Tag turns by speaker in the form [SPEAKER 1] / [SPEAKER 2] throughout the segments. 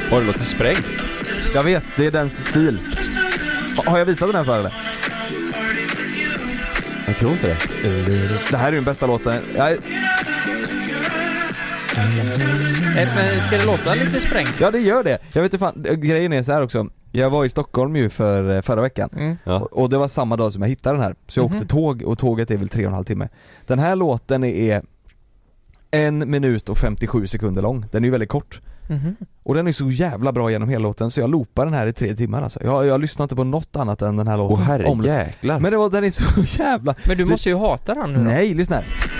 [SPEAKER 1] Har det låter spräng?
[SPEAKER 2] Jag vet, det är den stil. Har jag visat den här för eller?
[SPEAKER 1] Jag tror inte det.
[SPEAKER 2] Det här är ju den bästa låten.
[SPEAKER 3] Men ska det låta lite sprängt?
[SPEAKER 2] Ja, det gör det. Jag vet inte fan, grejen är så här också. Jag var i Stockholm ju förra veckan.
[SPEAKER 1] Ja.
[SPEAKER 2] Och det var samma dag som jag hittade den här. Så jag åkte tåg, och tåget är väl 3,5 timme. Den här låten är 1 minut och 57 sekunder lång. Den är ju väldigt kort. Och den är så jävla bra genom hela låten, så jag loopar den här i 3 timmar alltså. Jag lyssnar inte på något annat än den här låten.
[SPEAKER 1] Herrejäklar.
[SPEAKER 2] Men den är så jävla...
[SPEAKER 3] Men du måste ju hata den nu då.
[SPEAKER 2] Nej, lyssna här.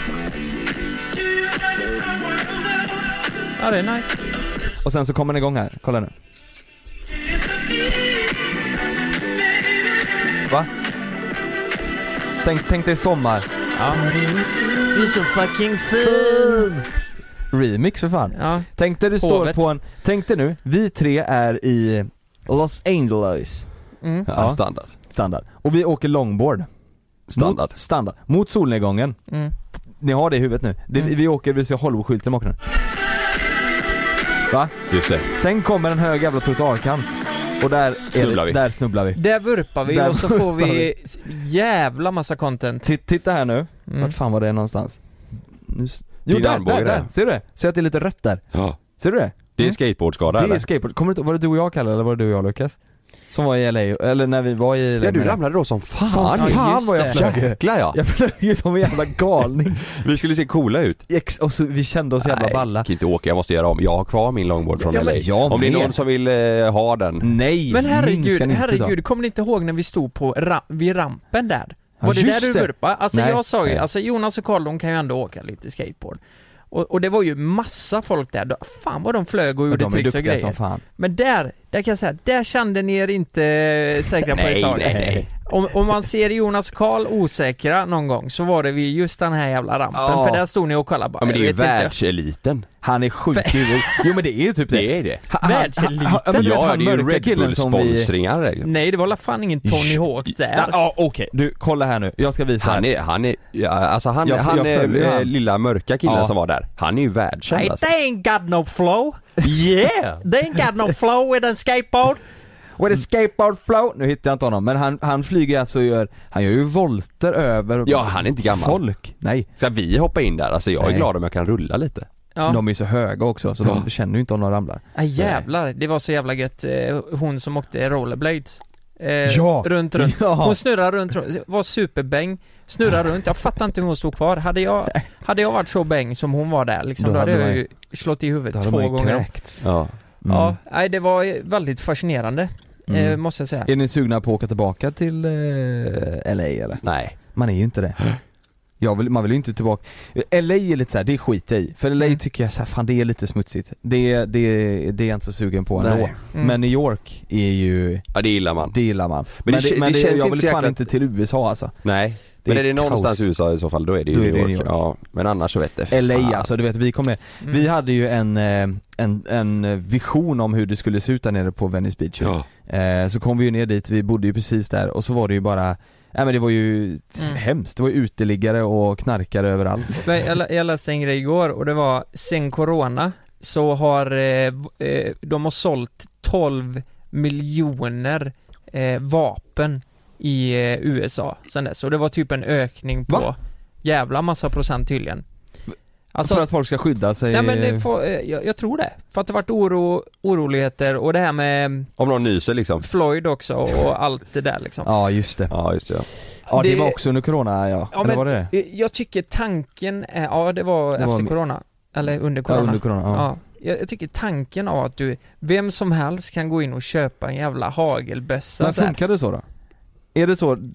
[SPEAKER 3] Ja, det är nice.
[SPEAKER 2] Och sen så kommer den igång här, kolla nu. Va? Tänk dig sommar.
[SPEAKER 3] Ja. Du är så fucking fin.
[SPEAKER 2] Remix för fan.
[SPEAKER 3] Ja.
[SPEAKER 2] Tänk dig du står på en... Tänk dig nu, vi 3 är i Los Angeles.
[SPEAKER 1] Ja, standard.
[SPEAKER 2] Och vi åker longboard. Standard. Mot solnedgången. Ni har det i huvudet nu. Vi åker, vi ser Hollywood-skylten bakom den. Va?
[SPEAKER 1] Just det.
[SPEAKER 2] Sen kommer en hög jävla trottoarkant. Och där snubblar vi.
[SPEAKER 3] Där vurpar vi och så får vi jävla massa content.
[SPEAKER 2] Titta här nu. Vart fan var det någonstans? Jo, där. Ser du det? Ser att det är lite rött där.
[SPEAKER 1] Ja.
[SPEAKER 2] Ser du det?
[SPEAKER 1] Det är skateboardskada eller?
[SPEAKER 2] Det är skateboard. Kommer du inte, var det du och jag, Kalle, eller var det du och jag, Lukas? Som var i LA, eller när vi var i LA.
[SPEAKER 1] Ja, du ramlade då som fan.
[SPEAKER 2] Som fan var jag flög.
[SPEAKER 1] Jäklar, ja.
[SPEAKER 2] Jag flög ju som en jävla galning.
[SPEAKER 1] Vi skulle se coola ut.
[SPEAKER 2] Och så, vi kände oss jävla balla.
[SPEAKER 1] Jag kan inte åka, jag måste göra om. Jag har kvar min longboard från LA. Om det är någon som vill ha den.
[SPEAKER 2] Nej,
[SPEAKER 3] men herregud, kommer ni inte ihåg när vi stod på vid rampen där? Var det där du vurpade? Alltså jag sa ju, alltså Jonas och Carl, de kan ju ändå åka lite skateboard. Och det var ju massa folk där. Fan vad de flög och gjorde tricks och grejer. Som fan. Men där kan jag säga, där kände ni er inte säkra på er sak. Nej. Om man ser Jonas och Carl osäkra någon gång, så var det vid just den här jävla rampen. För där stod ni och kollade bara.
[SPEAKER 1] Ja, men det är ju världseliten.
[SPEAKER 2] Han är sjuk. Jo, men det är ju typ det.
[SPEAKER 1] Det är det.
[SPEAKER 3] Världseliten?
[SPEAKER 1] Ja, det är ju Red Bull-sponsringar.
[SPEAKER 3] Nej, det var alla fan ingen Tony Hawk där.
[SPEAKER 2] Ja, okej. Du, kolla här nu. Jag ska visa.
[SPEAKER 1] Han är lilla mörka killen som var där. Han är ju världskänd.
[SPEAKER 3] Hey, they ain't got no flow. Yeah. They ain't got no flow with a skateboard.
[SPEAKER 2] With a skateboard flow. Nu hittar jag inte honom, men han flyger alltså, han gör ju volter över.
[SPEAKER 1] Ja, han är inte gammal.
[SPEAKER 2] Folk. Nej.
[SPEAKER 1] Ska vi hoppa in där? Alltså jag är glad om jag kan rulla lite.
[SPEAKER 2] Ja. De är så höga också, så de känner ju inte om de ramlar.
[SPEAKER 3] Jävlar, det var så jävla gött. Hon som åkte rollerblades. Runt.
[SPEAKER 2] Ja.
[SPEAKER 3] Hon snurrar runt. Var superbäng. Snurrar runt. Jag fattar inte hur hon stod kvar. Hade jag varit så bäng som hon var där liksom, då hade jag ju slått i huvudet 2 gånger.
[SPEAKER 1] Ja.
[SPEAKER 3] Ja, nej, det var väldigt fascinerande. Måste jag säga.
[SPEAKER 2] Är ni sugna på att åka tillbaka till LA eller?
[SPEAKER 1] Nej.
[SPEAKER 2] Man är ju inte det. Man vill ju inte tillbaka. LA är lite så här, det är skit i. För LA tycker jag så här, fan det är lite smutsigt. Det är jag inte så sugen på ändå. Men New York är ju...
[SPEAKER 1] Ja, det gillar man.
[SPEAKER 2] Men det känns jag vill fan inte till USA alltså.
[SPEAKER 1] Nej. Men är det någonstans i USA i så fall, då är det ju New York. Ja, men annars så vet det.
[SPEAKER 2] LA alltså, du vet, vi kom ner. Vi hade ju en vision om hur det skulle se ut där nere på Venice Beach. Ja. Så kom vi ju ner dit, vi bodde ju precis där. Och så var det ju bara... men det var ju hemskt. Det var uteliggare och knarkare överallt.
[SPEAKER 3] Jag läste en grej igår, och det var sen corona så har de har sålt 12 miljoner vapen i USA sen dess. Och det var typ en ökning på jävla massa procent tydligen. Alltså,
[SPEAKER 2] för att folk ska skydda sig?
[SPEAKER 3] Nej, men jag tror det. För att det varit oroligheter och det här med...
[SPEAKER 1] Om någon nyser liksom.
[SPEAKER 3] Floyd också och allt det där liksom.
[SPEAKER 2] Ja, just det. Ja, det var också under corona, ja. Eller
[SPEAKER 3] men
[SPEAKER 2] var det?
[SPEAKER 3] Jag tycker tanken är... Ja, det var efter corona. Eller under corona.
[SPEAKER 2] Ja, under corona, ja.
[SPEAKER 3] Jag tycker tanken av att vem som helst kan gå in och köpa en jävla hagelbössa.
[SPEAKER 2] Men funkar det så då? Är det så,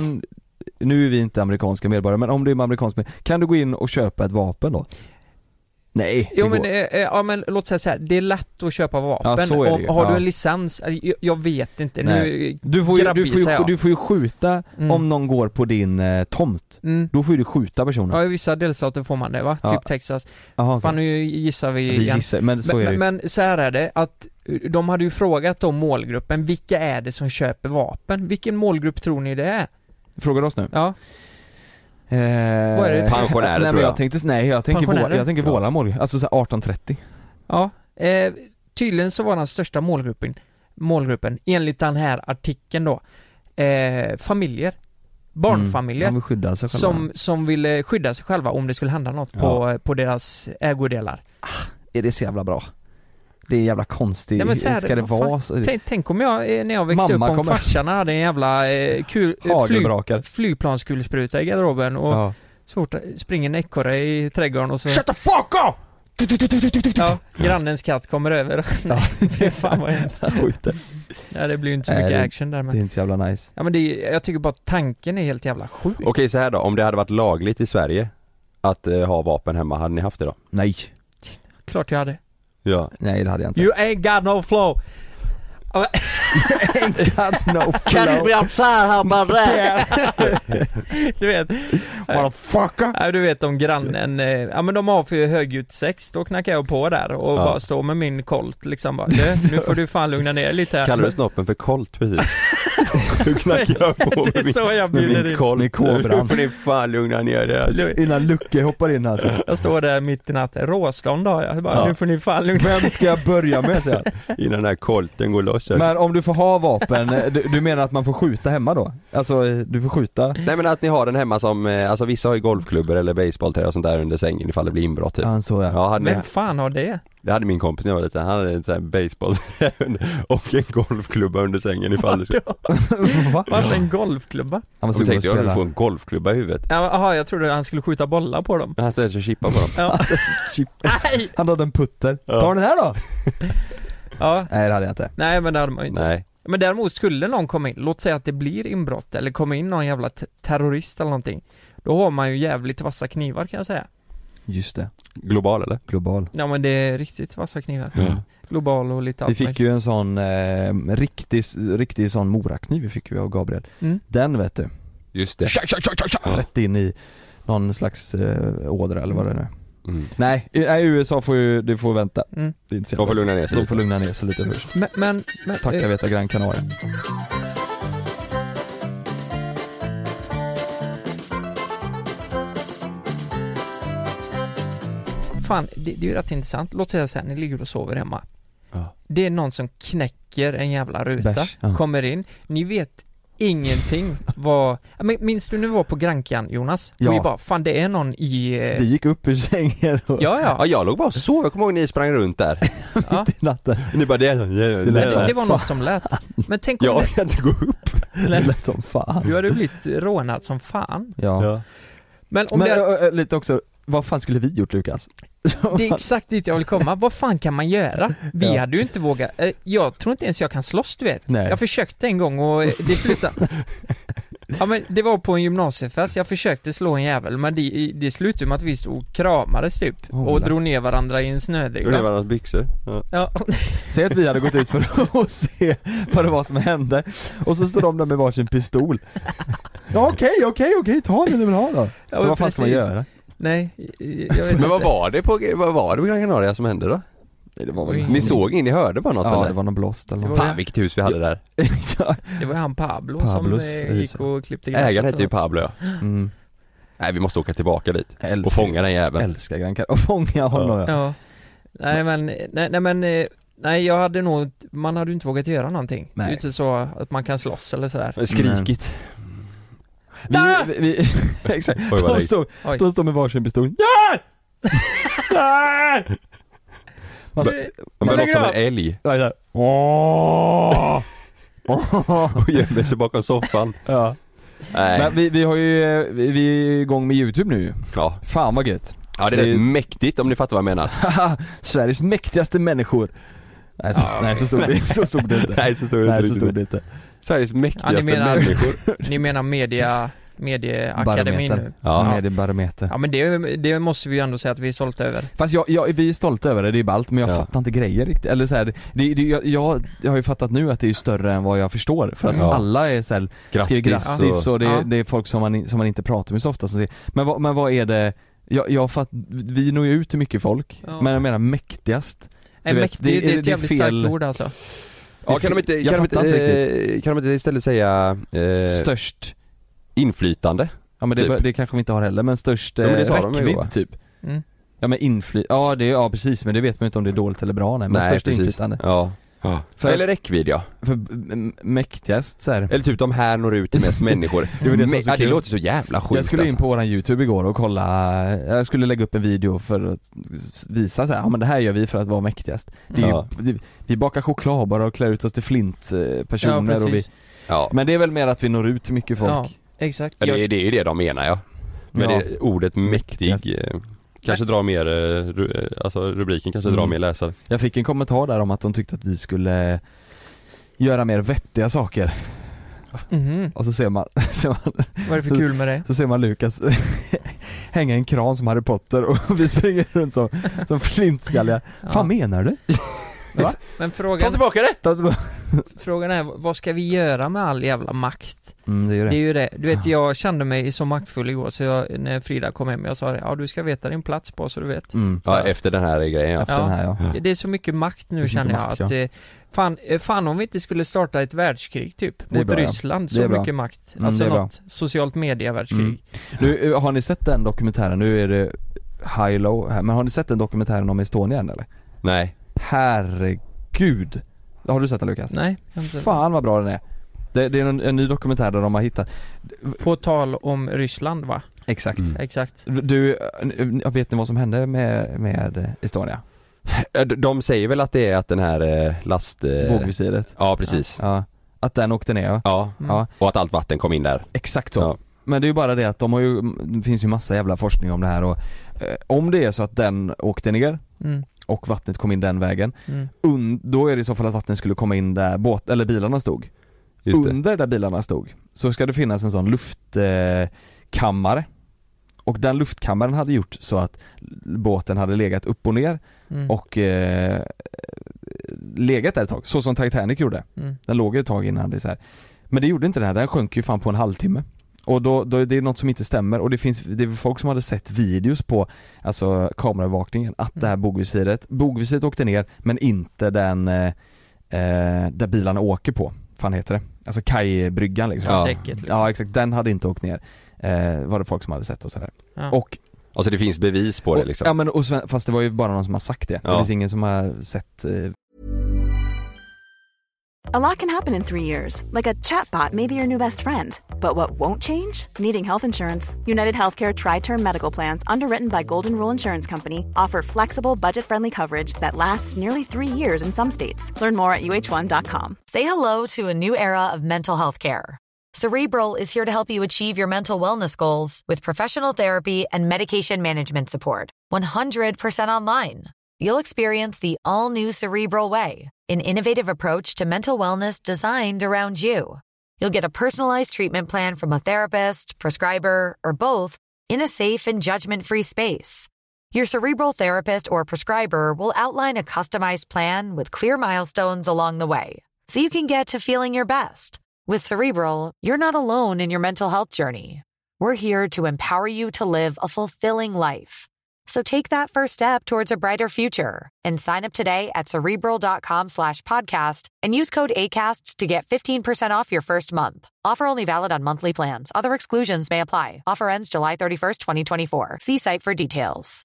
[SPEAKER 2] nu är vi inte amerikanska medborgare, men om du är amerikansk medborgare, kan du gå in och köpa ett vapen då? Nej.
[SPEAKER 3] Men låt säga så här, det är lätt att köpa vapen.
[SPEAKER 2] Ja, så är det ju.
[SPEAKER 3] Har du en licens? Jag vet inte.
[SPEAKER 2] Nej. Du får ju skjuta om någon går på din tomt. Då får du skjuta personen.
[SPEAKER 3] Ja, i vissa delstater får man det, va? Typ Texas.
[SPEAKER 2] Aha, okay.
[SPEAKER 3] Fan, nu gissar vi igen. Men så här är det att de hade ju frågat om målgruppen, vilka är det som köper vapen? Vilken målgrupp tror ni det är?
[SPEAKER 2] Frågar oss nu?
[SPEAKER 3] Ja.
[SPEAKER 1] Vad är det? Pensionärer, tror jag.
[SPEAKER 2] Jag tänker våra mål, alltså så 18-30.
[SPEAKER 3] Ja, tydligen så var den största målgruppen enligt den här artikeln då familjer, barnfamiljer
[SPEAKER 2] vill skydda sig själva.
[SPEAKER 3] som ville skydda sig själva om det skulle hända något på deras ägodelar.
[SPEAKER 2] Är det så jävla bra? Det är jävla konstigt.
[SPEAKER 3] Nej, ska det vara så? Tänk om jag när jag växte upp om farsan hade en jävla flygplanskulspruta i garderoben och så fort springer en ekorre i trädgården och så
[SPEAKER 2] shut the fuck up!
[SPEAKER 3] Ja, grannens katt kommer över. Nej, fan vad hemskt. Ja, det blir ju inte så mycket action där. Men
[SPEAKER 2] det är inte jävla nice.
[SPEAKER 3] Ja, men jag tycker bara tanken är helt jävla sjuk.
[SPEAKER 1] Okej, så här då. Om det hade varit lagligt i Sverige att ha vapen hemma, hade ni haft det då?
[SPEAKER 2] Nej.
[SPEAKER 3] Klart jag hade.
[SPEAKER 1] Ja.
[SPEAKER 2] Nej, det hade jag inte.
[SPEAKER 3] You ain't got no flow.
[SPEAKER 2] You ain't got no flow.
[SPEAKER 3] Kan du bli absär här bara? Du vet.
[SPEAKER 2] Motherfucker.
[SPEAKER 3] Du vet om grannen, ja men de har för högljutt sex, då knackar jag på där och bara står med min kolt liksom bara, nu får du fan lugna ner lite här.
[SPEAKER 1] Kallar du snoppen för kolt precis? Du knackar jag på
[SPEAKER 3] det är så jag bjuder in.
[SPEAKER 1] Kolt, med kobran. Får ni fan lugna ner det alltså.
[SPEAKER 2] Innan Lucke hoppar in alltså.
[SPEAKER 3] Jag står där mitt i natten, råslånd då jag bara, nu får ni fan lugna.
[SPEAKER 2] Vem ska jag börja med så här?
[SPEAKER 1] Innan den här kolten går loss.
[SPEAKER 2] Men om du får ha vapen, du menar att man får skjuta hemma då? Alltså, du får skjuta?
[SPEAKER 1] Nej, men att ni har den hemma som, alltså vissa har ju golfklubbor eller baseballträ och sånt där under sängen ifall det blir inbrott typ.
[SPEAKER 2] Ja, så ja.
[SPEAKER 3] Men fan har det?
[SPEAKER 1] Det hade min kompis när jag var liten. Han hade en sån här baseball och en golfklubba under sängen ifall det skulle.
[SPEAKER 3] Varför en golfklubba?
[SPEAKER 1] Han tänkte jag skulle få en golfklubba i huvudet.
[SPEAKER 3] Jaha, jag trodde han skulle skjuta bollar på dem.
[SPEAKER 1] Han hade så chippa på dem.
[SPEAKER 3] Ja.
[SPEAKER 2] Han hade en putter. Ta den här då?
[SPEAKER 3] Ja.
[SPEAKER 2] Nej, det hade jag inte.
[SPEAKER 3] Nej, men det hade man ju inte.
[SPEAKER 1] Nej.
[SPEAKER 3] Men däremot skulle någon komma in, låt säga att det blir inbrott eller komma in någon jävla terrorist eller någonting. Då har man ju jävligt vassa knivar kan jag säga.
[SPEAKER 2] Just det.
[SPEAKER 1] Global eller?
[SPEAKER 2] Global.
[SPEAKER 3] Ja, men det är riktigt vassa knivar. Global och lite allt.
[SPEAKER 2] Vi fick ju en sån riktig sån morakniv vi fick ju av Gabriel. Den vet du.
[SPEAKER 1] Just det.
[SPEAKER 2] Rätt in i någon slags ådra eller vad det är nu. Nej, USA får ju, det får vänta. Det är inte
[SPEAKER 1] de får lugna ner sig.
[SPEAKER 2] De får lugna ner sig lite först.
[SPEAKER 3] Men
[SPEAKER 2] tack, jag vet att Gran Canaria.
[SPEAKER 3] Fan, det är ju rätt intressant. Låt säga så här, ni ligger och sover hemma.
[SPEAKER 1] Ja.
[SPEAKER 3] Det är någon som knäcker en jävla ruta, kommer in. Ni vet ingenting vad... Men minns du när vi var på Grankan, Jonas?
[SPEAKER 2] Ja.
[SPEAKER 3] Vi bara, fan det är någon i...
[SPEAKER 2] Vi gick upp ur sängen och...
[SPEAKER 3] Ja,
[SPEAKER 1] jag låg bara och sov. Jag kommer ihåg ni sprang runt där.
[SPEAKER 2] Mitt i natten.
[SPEAKER 1] Ni bara, det
[SPEAKER 3] var något som lät. Men tänk om
[SPEAKER 1] jag kan inte gå upp.
[SPEAKER 2] Det lät som fan.
[SPEAKER 3] Du hade blivit rånad som fan.
[SPEAKER 2] Ja.
[SPEAKER 3] Men om
[SPEAKER 2] lite också, vad fan skulle vi gjort, Lukas?
[SPEAKER 3] Det är exakt dit jag vill komma. Vad fan kan man göra? Vi hade ju inte vågat. Jag tror inte ens jag kan slåss, du vet.
[SPEAKER 2] Nej.
[SPEAKER 3] Jag försökte en gång och det slutade. Ja, men det var på en gymnasiefest. Jag försökte slå en jävel, men det slutade med att vi stod och kramades typ och drog ner varandra i en snödriva.
[SPEAKER 1] Drog ner varandras byxor.
[SPEAKER 3] Ja.
[SPEAKER 2] Säg att vi hade gått ut för att se vad det var som hände. Och så står de där med varsin pistol. Ja, okej, ta den du vill ha då. Ja, vad fan ska man göra?
[SPEAKER 3] Nej, jag vet
[SPEAKER 1] men vad var det på Gran Canaria som hände då?
[SPEAKER 2] Nej, det var väl
[SPEAKER 1] ni såg in, ni hörde bara något
[SPEAKER 2] eller?
[SPEAKER 1] Ja,
[SPEAKER 2] det var någon blåst eller något.
[SPEAKER 1] Fan, vilket hus vi hade där.
[SPEAKER 3] Det var han Pablos som gick och klippte gräset.
[SPEAKER 1] Ägaren hette ju Pablo, ja. Nej, vi måste åka tillbaka dit och fånga den jäveln.
[SPEAKER 2] Älskar Gran Canaria och fånga honom.
[SPEAKER 3] Ja. Nej, jag hade nog, man hade ju inte vågat göra någonting. Nej. Det är inte så att man kan slåss eller sådär.
[SPEAKER 1] Skrikigt.
[SPEAKER 2] Vi exakt. De står med varsin pistol. Nej! Nej!
[SPEAKER 1] Man låter som en älg. Och gömmer sig bakom soffan.
[SPEAKER 2] Ja. Nej. Men vi har ju vi är igång med YouTube nu.
[SPEAKER 1] Ja.
[SPEAKER 2] Fan vad gött.
[SPEAKER 1] Ja, det är mäktigt om ni fattar vad jag menar.
[SPEAKER 2] Sveriges mäktigaste människor. Nej, så stod det inte.
[SPEAKER 1] Nej, så stod det inte. Sveriges mäktigaste människor.
[SPEAKER 3] Ni menar Medieakademin nu?
[SPEAKER 2] Ja, Mediebarometer.
[SPEAKER 3] Ja, men det måste vi ju ändå säga att vi är stolta över.
[SPEAKER 2] Fast vi är stolta över det är ballt, men jag fattar inte grejer riktigt. Eller så här, jag har ju fattat nu att det är större än vad jag förstår. För att alla är så här, skriver grattis och det är folk som man inte pratar med så ofta. Men vad är det? Vi når ju ut till mycket folk, men jag menar mäktigast.
[SPEAKER 3] Nej, mäktig, det är ett jävligt starkt ord alltså.
[SPEAKER 1] Ja, kan de inte istället säga
[SPEAKER 2] störst
[SPEAKER 1] inflytande?
[SPEAKER 2] Ja, men det kanske vi inte har heller, men störst räckvidd typ. Ja men ja precis, men det vet man inte om det är dåligt eller bra. Men störst inflytande.
[SPEAKER 1] Ja. Eller räckvidd, ja.
[SPEAKER 2] För mäktigast så här.
[SPEAKER 1] Eller typ de här når ut till mest människor. Det låter så jävla sjukt.
[SPEAKER 2] Jag skulle in på våran YouTube igår och kolla. Jag skulle lägga upp en video för att visa så här, ja men det här gör vi för att vara mäktigast. Det är ju, vi bakar choklad bara och klär ut oss till flint personer och vi. Ja. Men det är väl mer att vi når ut till mycket folk.
[SPEAKER 3] Ja, exakt.
[SPEAKER 1] Ja, det är ju det de menar, ja. Men det ordet mäktig kanske drar mer, alltså rubriken kanske drar mer läsare.
[SPEAKER 2] Jag fick en kommentar där om att de tyckte att vi skulle göra mer vettiga saker. Och så ser man
[SPEAKER 3] vad är det för kul med det?
[SPEAKER 2] Så ser man Lukas hänga en kran som Harry Potter och vi springer runt som flintskalliga. Fan menar du?
[SPEAKER 3] Va? Men frågan,
[SPEAKER 1] ta tillbaka det!
[SPEAKER 3] Frågan är, vad ska vi göra med all jävla makt?
[SPEAKER 2] Det är
[SPEAKER 3] ju det. Du vet, jag kände mig så maktfull igår så när Frida kom hem, jag sa ja du ska veta din plats på så du vet.
[SPEAKER 1] Ja, efter den här grejen.
[SPEAKER 2] Efter den här,
[SPEAKER 3] Det är så mycket makt nu känner jag att fan om vi inte skulle starta ett världskrig typ mot Ryssland, så mycket makt. Alltså något socialt media-världskrig.
[SPEAKER 2] Nu, har ni sett den dokumentären? Nu är det high low här, men har ni sett den dokumentären om Estonia än eller?
[SPEAKER 1] Nej.
[SPEAKER 2] Herregud. Har du sett det, Lukas?
[SPEAKER 3] Nej.
[SPEAKER 2] Fan vad bra den är. Det är en ny dokumentär där de har hittat.
[SPEAKER 3] På tal om Ryssland, va?
[SPEAKER 2] Exakt.
[SPEAKER 3] Exakt.
[SPEAKER 2] Du, vet ni vad som hände med Estonia?
[SPEAKER 1] De säger väl att det är att den här
[SPEAKER 2] bågvisiret.
[SPEAKER 1] Ja, precis.
[SPEAKER 2] Ja. Att den åkte ner.
[SPEAKER 1] Ja. Och att allt vatten kom in där.
[SPEAKER 2] Exakt så.
[SPEAKER 1] Ja.
[SPEAKER 2] Men det är ju bara det att det finns ju massa jävla forskning om det här och om det är så att den åkte ner och vattnet kom in den vägen, då är det i så fall att vattnet skulle komma in där bilarna stod. Under där bilarna stod så ska det finnas en sån luftkammare och den luftkammaren hade gjort så att båten hade legat upp och ner och legat där ett tag, så som Titanic gjorde. Den låg ett tag innan det så här. Men det gjorde inte det här, den sjönk ju fan på en halvtimme. Och då det är något som inte stämmer och det är folk som hade sett videos på alltså kamerabevakningen att det här bågvisiret åkte ner men inte den där bilarna åker på. Fan heter det? Alltså kajbryggan liksom.
[SPEAKER 3] Ja. Däcket, liksom.
[SPEAKER 2] Ja exakt, den hade inte åkt ner. Var det folk som hade sett och sådär.
[SPEAKER 3] Ja.
[SPEAKER 2] Och
[SPEAKER 1] alltså det finns bevis på det liksom.
[SPEAKER 2] Ja men fast det var ju bara någon som har sagt det. Det finns ingen som har sett
[SPEAKER 4] A lot can happen in 3 years, like a chatbot may be your new best friend. But what won't change? Needing health insurance. United Healthcare Tri-Term Medical Plans, underwritten by Golden Rule Insurance Company, offer flexible, budget-friendly coverage that lasts nearly 3 years in some states. Learn more at uh1.com.
[SPEAKER 5] Say hello to a new era of mental health care. Cerebral is here to help you achieve your mental wellness goals with professional therapy and medication management support. 100% online. You'll experience the all-new Cerebral Way, an innovative approach to mental wellness designed around you. You'll get a personalized treatment plan from a therapist, prescriber, or both in a safe and judgment-free space. Your Cerebral therapist or prescriber will outline a customized plan with clear milestones along the way, so you can get to feeling your best. With Cerebral, you're not alone in your mental health journey. We're here to empower you to live a fulfilling life. So take that first step towards a brighter future and sign up today at Cerebral.com/podcast and use code ACAST to get 15% off your first month. Offer only valid on monthly plans. Other exclusions may apply. Offer ends July 31st, 2024. See site for details.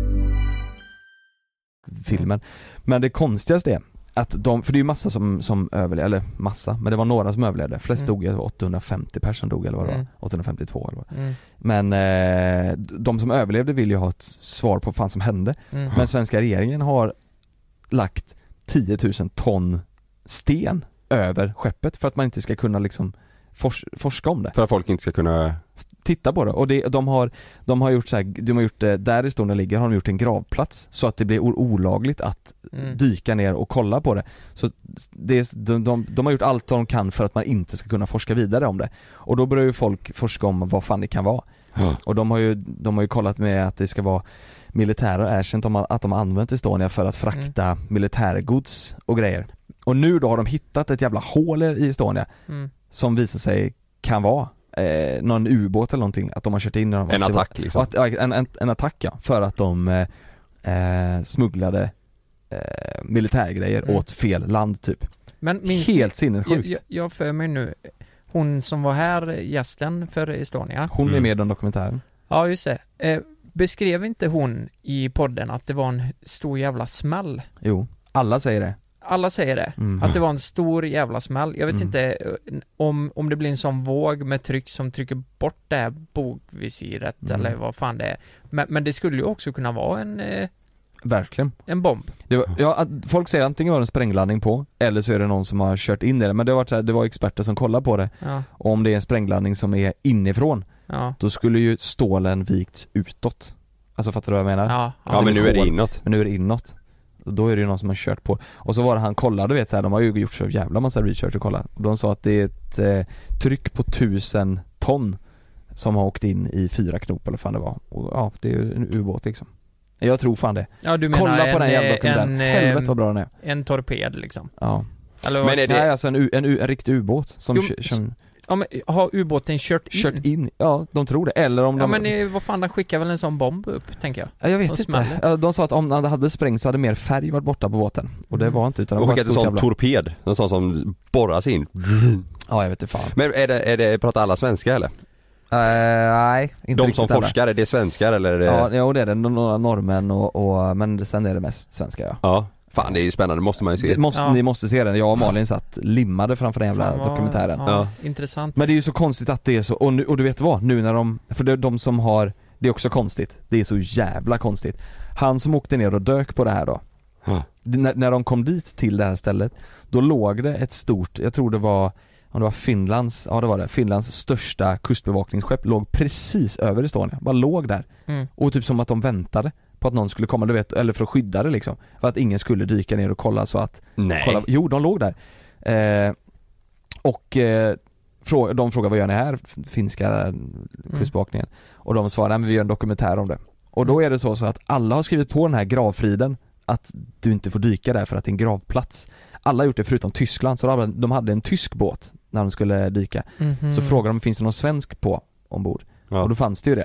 [SPEAKER 2] Filmen. Men det konstigaste är att för det är ju massa som överlevde, eller massa, men det var några som överlevde. Flest dog, det var 850 personer dog eller vad det var, 852 eller vad. Men de som överlevde vill ju ha ett svar på vad fan som hände. Men svenska regeringen har lagt 10 000 ton sten över skeppet för att man inte ska kunna liksom forska om det.
[SPEAKER 1] För att folk inte ska kunna
[SPEAKER 2] titta på det. Och de har gjort så här, där Estonia ligger har de gjort en gravplats så att det blir olagligt att dyka ner och kolla på det. Så de har gjort allt de kan för att man inte ska kunna forska vidare om det. Och då börjar ju folk forska om vad fan det kan vara. Och de har ju kollat med att det ska vara militärer erkänt om att de har använt Estonia för att frakta militärgods och grejer. Och nu då har de hittat ett jävla hål i Estonia som visar sig kan vara någon ubåt eller någonting, att de har kört in
[SPEAKER 1] en attack liksom.
[SPEAKER 2] En attack, ja, för att de smugglade militärgrejer åt fel land typ.
[SPEAKER 3] Men
[SPEAKER 2] helt sinnessjukt.
[SPEAKER 3] Jag för mig nu, hon som var här, gästen för Estonia.
[SPEAKER 2] Hon är med i den dokumentären.
[SPEAKER 3] Ja, just det. beskrev inte hon i podden att det var en stor jävla smäll?
[SPEAKER 2] Jo, alla säger det.
[SPEAKER 3] Alla säger det, att det var en stor jävla smäll. Jag vet inte om det blir en sån våg med tryck som trycker bort det här bogvisiret eller vad fan det är. Men det skulle ju också kunna vara en...
[SPEAKER 2] Verkligen.
[SPEAKER 3] En bomb.
[SPEAKER 2] Folk säger antingen var det en sprängladdning på, eller så är det någon som har kört in i det. Men det var experter som kollar på det. Ja. Och om det är en sprängladdning som är inifrån, då skulle ju stålen vikts utåt. Alltså fattar du vad jag menar?
[SPEAKER 1] Ja, men nu är det inåt.
[SPEAKER 2] Men nu är det inåt. Då är det ju någon som har kört på. Och så var det han kollade, vet så här, de har ju gjort så jävla massa research och kolla. Och de sa att det är ett tryck på 1000 ton som har åkt in i 4 knop eller fan det var. Och ja, det är ju en ubåt liksom. Jag tror fan det.
[SPEAKER 3] Ja, du menar
[SPEAKER 2] kolla på den jävla dokumentären. Helvete vad bra den är.
[SPEAKER 3] En torped liksom.
[SPEAKER 2] Ja.
[SPEAKER 1] Eller men är det...
[SPEAKER 2] Nej, alltså en riktig ubåt som
[SPEAKER 3] ja, men har ubåten kört
[SPEAKER 2] in? Ja, de tror det. Eller om
[SPEAKER 3] men vad fan, de skickar väl en sån bomb upp, tänker jag.
[SPEAKER 2] Ja, jag vet inte. De sa att om det hade sprängt så hade mer färg varit borta på båten. Och det var inte, utan
[SPEAKER 1] de skickade en sån torped. En sån som borras in.
[SPEAKER 2] Ja, jag vet inte fan.
[SPEAKER 1] Men pratar alla svenska eller?
[SPEAKER 2] Nej, inte
[SPEAKER 1] de som forskar, är det svenskar eller är det...
[SPEAKER 2] Ja, det är det. Några norrmän men sen är det mest svenska,
[SPEAKER 1] ja. Fan, det är ju spännande, måste man ju se.
[SPEAKER 2] Ni måste se den. Jag och Malin satt limmade framför den jävla dokumentären.
[SPEAKER 3] Ja, intressant.
[SPEAKER 2] Men det är ju så konstigt att det är så. Och du vet vad, nu när för de som har, det är också konstigt. Det är så jävla konstigt. Han som åkte ner och dök på det här då. När de kom dit till det här stället, då låg det ett stort, jag tror det var Finlands största kustbevakningsskepp låg precis över Estonia. Bara låg där. Och typ som att de väntade på att någon skulle komma, du vet, eller för att skydda det liksom. För att ingen skulle dyka ner och kolla så att...
[SPEAKER 1] Nej.
[SPEAKER 2] Jo, de låg där. De frågade, vad gör ni här? Finska kustbevakningen. Och de svarade, men vi gör en dokumentär om det. Och då är det så att alla har skrivit på den här gravfriden att du inte får dyka där för att det är en gravplats. Alla har gjort det förutom Tyskland. Så de hade en tysk båt när de skulle dyka. Så frågade de, finns det någon svensk på ombord? Ja. Och då fanns det ju det.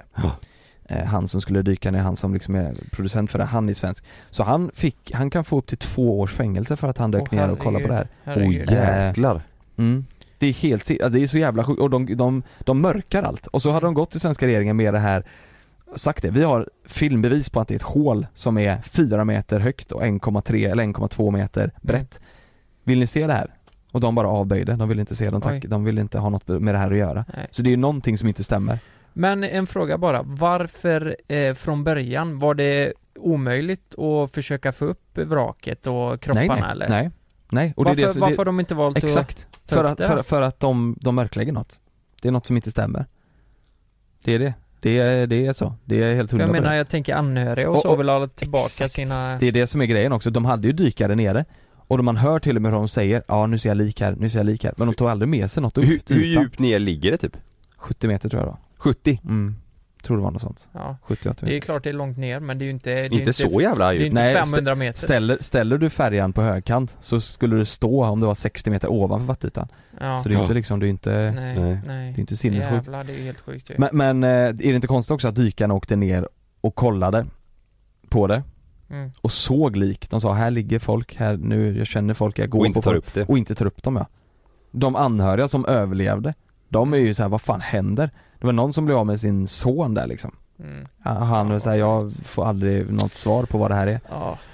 [SPEAKER 2] Han som skulle dyka ner, han som liksom är producent för det, han är svensk. Så han kan få upp till 2 års fängelse för att han dök ner och kollade på det här.
[SPEAKER 1] Jäklar.
[SPEAKER 2] Det är helt, det är så jävla sjukt. Och de mörkar allt. Och så hade de gått till svenska regeringen med det här, sagt det, vi har filmbevis på att det är ett hål som är 4 meter högt och 1,3 eller 1,2 meter brett. Vill ni se det här? Och de bara avböjde, de vill inte se den, de vill inte ha något med det här att göra. Nej. Så det är någonting som inte stämmer. Men
[SPEAKER 3] en fråga bara, varför från början var det omöjligt att försöka få upp vraket och kropparna eller?
[SPEAKER 2] Nej. Och
[SPEAKER 3] varför har de inte valt
[SPEAKER 2] exakt, att ta upp det? För att de mörklägger något. Det är något som inte stämmer. Det är det. Det är så. Det är helt 100%.
[SPEAKER 3] Jag menar, jag tänker anhöriga och så vill ha tillbaka
[SPEAKER 2] exakt.
[SPEAKER 3] Sina...
[SPEAKER 2] Det är det som är grejen också. De hade ju dykare nere. Och man hör till och med hur de säger, ja nu ser jag lik här. Men de tog aldrig med sig något upp.
[SPEAKER 1] Hur djupt ner ligger det typ?
[SPEAKER 2] 70 meter tror jag då.
[SPEAKER 1] 70?
[SPEAKER 2] Tror det var något sånt.
[SPEAKER 3] Ja.
[SPEAKER 2] 70-80 meter.
[SPEAKER 3] Det är klart det är långt ner, men det är ju inte...
[SPEAKER 1] inte så jävla djupt.
[SPEAKER 3] Det är inte 500 meter.
[SPEAKER 2] Ställer du färjan på högkant så skulle du stå om det var 60 meter ovanför vattenytan. Ja. Så det är inte liksom, det är inte...
[SPEAKER 3] Nej.
[SPEAKER 2] Det är inte sinnessjukt.
[SPEAKER 3] Jävlar, det är helt sjukt.
[SPEAKER 2] Men är det inte konstigt också att dykarna åkte ner och kollade på det? Och såg lik. De sa, här ligger folk, här nu, jag känner folk, jag går
[SPEAKER 1] och inte
[SPEAKER 2] på
[SPEAKER 1] tar upp det.
[SPEAKER 2] Och inte tar upp dem, ja. De anhöriga som överlevde, de är ju så här, vad fan händer? Det var någon som blev av med sin son där liksom. Han var såhär, jag får aldrig något svar på vad det här är.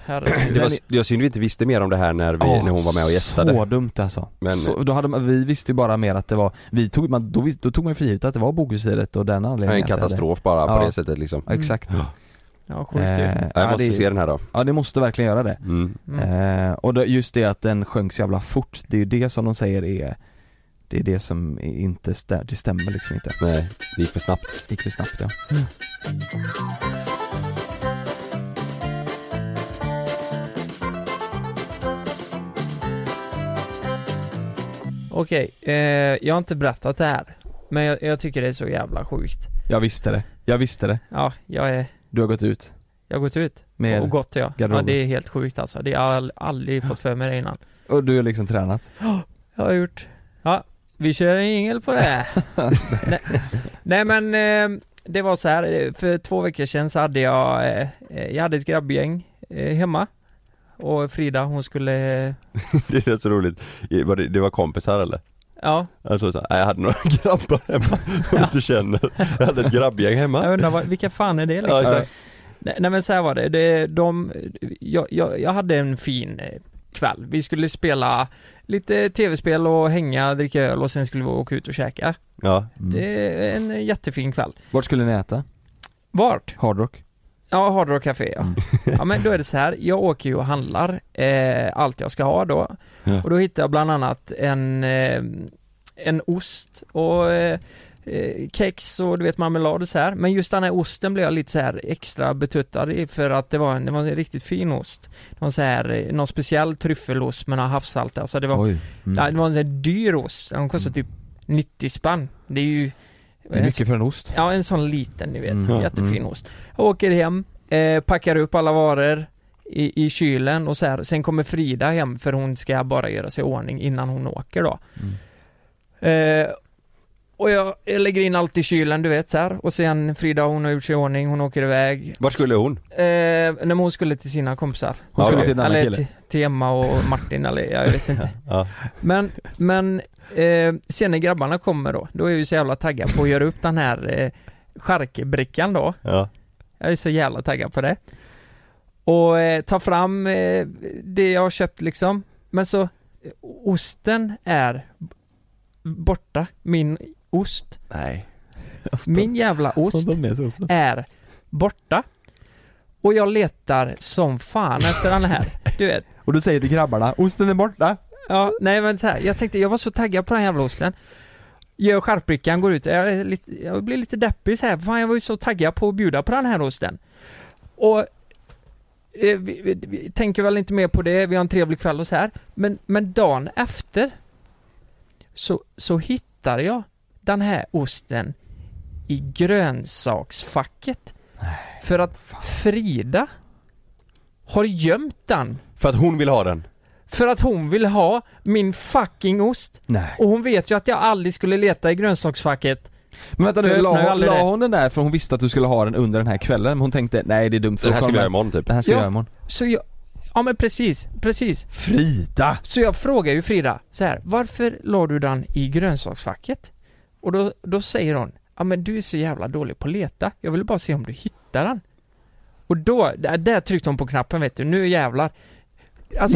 [SPEAKER 1] Det var synd vi inte visste mer om det här när hon var med och gästade.
[SPEAKER 2] Så dumt alltså. Men vi visste ju bara mer att det var, då tog man för givet att det var bogvisiret och den anledningen.
[SPEAKER 1] En katastrof bara på det sättet liksom.
[SPEAKER 2] Exakt.
[SPEAKER 3] Ja, sjukt.
[SPEAKER 1] Jag måste se den här då.
[SPEAKER 2] Ja, det måste verkligen göra det. Och just det att den sjönk så jävla fort, det är ju det som de säger är, det är det som inte det stämmer liksom inte.
[SPEAKER 1] Nej, det gick för snabbt.
[SPEAKER 2] Ja.
[SPEAKER 3] Okej, jag har inte berättat det här, men jag tycker det är så jävla sjukt.
[SPEAKER 2] Jag visste det.
[SPEAKER 3] Ja,
[SPEAKER 2] Du har gått ut.
[SPEAKER 3] Jag har gått ut
[SPEAKER 2] med
[SPEAKER 3] och gått, ja. Ja, det är helt sjukt alltså. Det har jag aldrig fått för mig det innan.
[SPEAKER 2] Och du har liksom tränat?
[SPEAKER 3] Ja, jag har gjort. Ja, vi kör en jingel på det. Nej men det var så här, för 2 veckor sedan så hade jag hade ett grabbgäng hemma. Och Frida, hon skulle...
[SPEAKER 1] Det är så roligt. Det var kompisar eller?
[SPEAKER 3] Ja.
[SPEAKER 1] Jag hade några grabbar hemma som inte känner. Jag hade ett grabbgäng hemma.
[SPEAKER 3] Jag undrar, vilka fan är det liksom?
[SPEAKER 1] Ja,
[SPEAKER 3] nej men så här var det. Jag hade en fin kväll. Vi skulle spela lite tv-spel och hänga, dricka öl och sen skulle vi åka ut och käka.
[SPEAKER 1] Ja.
[SPEAKER 3] Det är en jättefin kväll.
[SPEAKER 2] Vart skulle ni äta?
[SPEAKER 3] Vart?
[SPEAKER 2] Hard Rock?
[SPEAKER 3] Ja, Hard Rock Café, ja. Ja, men då är det så här. Jag åker ju och handlar allt jag ska ha då. Ja. Och då hittar jag bland annat en ost och kex och du vet marmelad och så här. Men just den här osten blev jag lite så här extra betuttad i för att det var en riktigt fin ost. Det var så här någon speciell tryffelost med några havssalt. Alltså det var det var en sån här dyr ost. Den kostade typ 90 spänn. Det är ju
[SPEAKER 2] mycket för en ost.
[SPEAKER 3] Ja, en sån liten, ni vet. Jättefin ost. Jag åker hem, packar upp alla varor i kylen och så här. Sen kommer Frida hem för hon ska bara göra sig i ordning innan hon åker då. Och jag lägger in allt i kylen, du vet så här. Och sen Frida, hon har gjort sig i ordning, hon åker iväg.
[SPEAKER 1] Vart skulle hon?
[SPEAKER 3] När hon skulle till sina kompisar.
[SPEAKER 2] Hon skulle till en annan kille.
[SPEAKER 3] Till Emma och Martin, eller jag vet inte.
[SPEAKER 1] Ja.
[SPEAKER 3] Men sen när grabbarna kommer då är jag ju så jävla taggad på att göra upp den här charkbrickan då.
[SPEAKER 1] Ja.
[SPEAKER 3] Jag är så jävla taggad på det. Och ta fram det jag har köpt liksom. Men så osten är borta. Min ost.
[SPEAKER 1] Nej.
[SPEAKER 3] Min jävla ost är borta. Och jag letar som fan efter den här. Du vet.
[SPEAKER 2] Och du säger till grabbarna, osten är borta.
[SPEAKER 3] Ja, nej men så här, jag var så taggad på den jävla osten. Gör charkbrickan, går ut. Jag blir lite deppig så här. Fan, jag var ju så taggad på att bjuda på den här osten. Och vi tänker väl inte mer på det. Vi har en trevlig kväll och så här. Men dagen efter så hittar jag den här osten i grönsaksfacket. För att Frida har gömt den.
[SPEAKER 1] För att hon vill ha den?
[SPEAKER 3] För att hon vill ha min fucking ost.
[SPEAKER 2] Nej.
[SPEAKER 3] Och hon vet ju att jag aldrig skulle leta i grönsaksfacket.
[SPEAKER 2] Men vänta nu, la hon den där för hon visste att du skulle ha den under den här kvällen. Men hon tänkte, nej det är dumt.
[SPEAKER 1] Det här ska vi göra imorgon typ.
[SPEAKER 2] Det här ska vi göra imorgon.
[SPEAKER 3] Så ja men precis.
[SPEAKER 2] Frida!
[SPEAKER 3] Så jag frågar ju Frida så här, varför la du den i grönsaksfacket? Och då säger hon, ja men du är så jävla dålig på att leta. Jag vill bara se om du hittar den. Och då, där tryckte hon på knappen, vet du, nu jävlar. Alltså,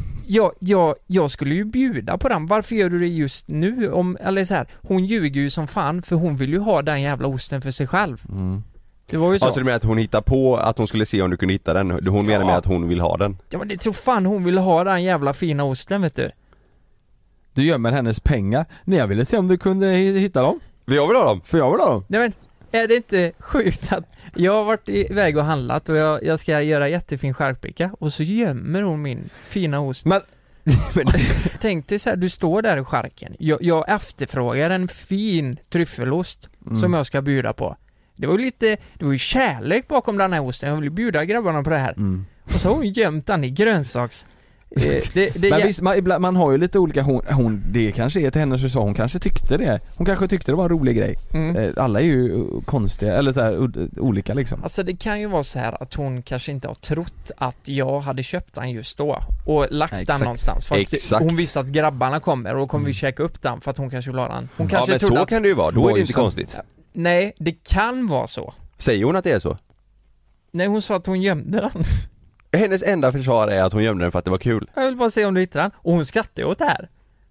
[SPEAKER 3] jag skulle ju bjuda på den. Varför gör du det just nu? Eller så här, hon ljuger ju som fan, för hon vill ju ha den jävla osten för sig själv. Det var ju så.
[SPEAKER 1] Alltså du menar att hon hittar på att hon skulle se om du kunde hitta den? Hon menar med att hon vill ha den?
[SPEAKER 3] Ja men det tror fan hon vill ha den jävla fina osten, vet du.
[SPEAKER 2] Du gömmer hennes pengar. Nej, jag ville se om du kunde hitta dem.
[SPEAKER 1] För jag vill ha dem.
[SPEAKER 3] Nej men, är det inte sjukt att jag har varit iväg och handlat och jag ska göra jättefin charkbricka och så gömmer hon min fina ost. Men tänk dig så här, du står där i charken. Jag efterfrågar en fin tryffelost som jag ska bjuda på. Det var ju kärlek bakom den här osten. Jag vill bjuda grabbarna på det här. Och så har hon gömt den i grönsaks.
[SPEAKER 2] Men visst, man har ju lite olika, hon det kanske är till hennes försvar, hon kanske tyckte det var en rolig grej. Alla är ju konstiga eller så här, olika liksom.
[SPEAKER 3] Alltså det kan ju vara så här att hon kanske inte har trott att jag hade köpt den just då och lagt den någonstans för att hon visste att grabbarna kommer och kommer vi käka upp den för att hon kanske vill ha den. Hon kanske
[SPEAKER 1] men så kan det ju vara, då är det inte konstigt.
[SPEAKER 3] Nej, det kan vara så.
[SPEAKER 1] Säger hon att det är så? Nej,
[SPEAKER 3] hon sa att hon gömde den.
[SPEAKER 1] Hennes enda försvar är att hon gömde den för att det var kul.
[SPEAKER 3] Jag vill bara se om du hittar den. Och hon skrattar åt det här.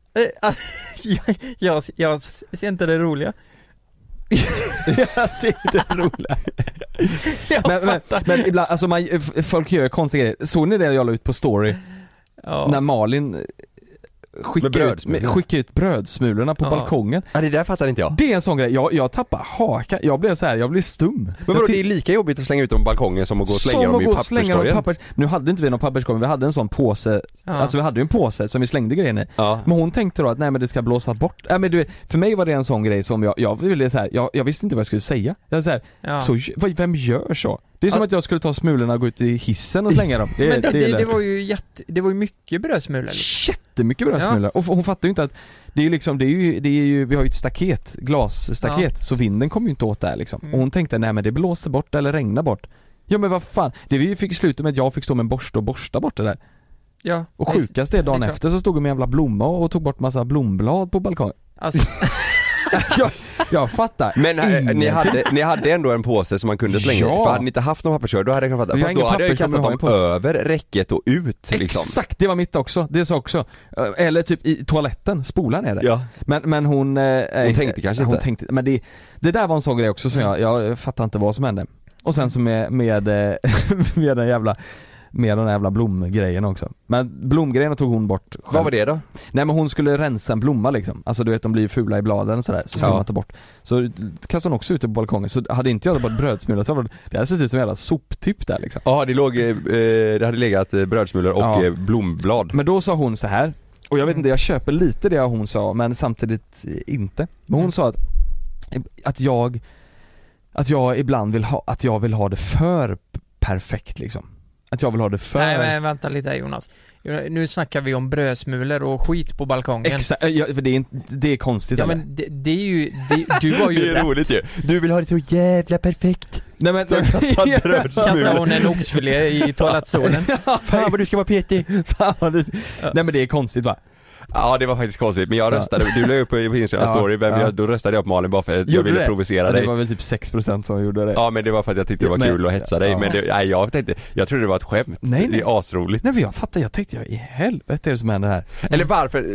[SPEAKER 3] Jag ser inte det roliga.
[SPEAKER 2] Jag ser inte det roliga. Men ibland, alltså folk gör konstiga grejer. Såg ni det jag la ut på story? Ja. När Malin skicka ut brödsmulorna på balkongen.
[SPEAKER 1] Ja, det där fattar inte jag.
[SPEAKER 2] Det är en sån grej. Jag tappar hakan. Jag blev stum.
[SPEAKER 1] Men vadå, det är lika jobbigt att slänga ut dem på balkongen som att gå och slänga dem i papperskorgen.
[SPEAKER 2] Nu hade inte vi någon papperskorg, vi hade en sån påse. Alltså vi hade ju en påse som vi slängde grejen i. Men hon tänkte då att nej, men det ska blåsa bort. Men du vet, för mig var det en sån grej som jag ville så här. Jag visste inte vad jag skulle säga. Jag så här, så vem gör så? Det är som att jag skulle ta smulorna och gå ut i hissen och slänga dem.
[SPEAKER 3] Det var ju det var ju mycket brödsmulor.
[SPEAKER 2] Jättemycket brödsmulor. Och hon fattar ju inte att det är ju liksom det är ju vi har ju ett staket, glasstaket, så vinden kommer ju inte åt där liksom. Och hon tänkte nej, men det blåser bort eller regnar bort. Ja men vad fan, det vi fick sluta med att jag fick stå med en borste och borsta bort det där. Ja. Och sjukast det dagen efter så stod jag med en jävla blomma och tog bort massa blomblad på balkongen.
[SPEAKER 3] Alltså.
[SPEAKER 2] jag fattar.
[SPEAKER 1] Men ni hade ändå en påse som man kunde slänga.
[SPEAKER 2] Ja.
[SPEAKER 1] För hade ni inte haft någon papperskorg, då hade jag kunnat fatta. Fast då hade jag kastat dem över räcket och ut liksom.
[SPEAKER 2] Exakt, det var mitt också. Det sa också. Eller typ i toaletten, spolan är det.
[SPEAKER 1] Ja.
[SPEAKER 2] Men hon
[SPEAKER 1] tänkte kanske inte.
[SPEAKER 2] Men det där var en sån grej också som jag fattar inte vad som hände. Och sen så med den jävla blomgrejen också. Men blomgrejen tog hon bort själv.
[SPEAKER 1] Vad var det då?
[SPEAKER 2] Nej, men hon skulle rensa en blomma liksom. Alltså du vet, de blir fula i bladen och sådär. Så skulle man ta bort. Så kastade hon också ut på balkongen. Så hade inte jag bara brödsmulor så det hade sett ut som en jävla soptipp där liksom.
[SPEAKER 1] Ja, det hade legat brödsmulor och blomblad.
[SPEAKER 2] Men då sa hon så här. Och jag vet inte, jag köper lite det hon sa, men samtidigt inte. Men hon sa att jag ibland vill ha det för perfekt liksom. Att jag vill ha det för...
[SPEAKER 3] Nej, men vänta lite här, Jonas. Nu snackar vi om brödsmulor och skit på balkongen.
[SPEAKER 2] Exakt, för det är konstigt.
[SPEAKER 3] Ja, men det är ju... du var ju
[SPEAKER 1] det är
[SPEAKER 3] rätt.
[SPEAKER 1] roligt ju. Du vill ha det så jävla perfekt.
[SPEAKER 2] Nej, men...
[SPEAKER 3] Kastar hon en oxfilé i toalettsolen.
[SPEAKER 1] Fan vad du ska vara petig.
[SPEAKER 2] Nej, men det är konstigt, va?
[SPEAKER 1] Ja, det var faktiskt konstigt, men jag röstade, du la upp på Instagram story, då röstade jag på Malin bara för att jag ville provocera dig.
[SPEAKER 2] Det var väl typ 6% som gjorde det.
[SPEAKER 1] Ja, men det var för att jag tyckte det var kul att hetsa dig, men jag trodde det var ett skämt.
[SPEAKER 2] Nej.
[SPEAKER 1] Det är asroligt.
[SPEAKER 2] Nej, men jag tänkte i helvete är det som händer här.
[SPEAKER 1] Eller varför?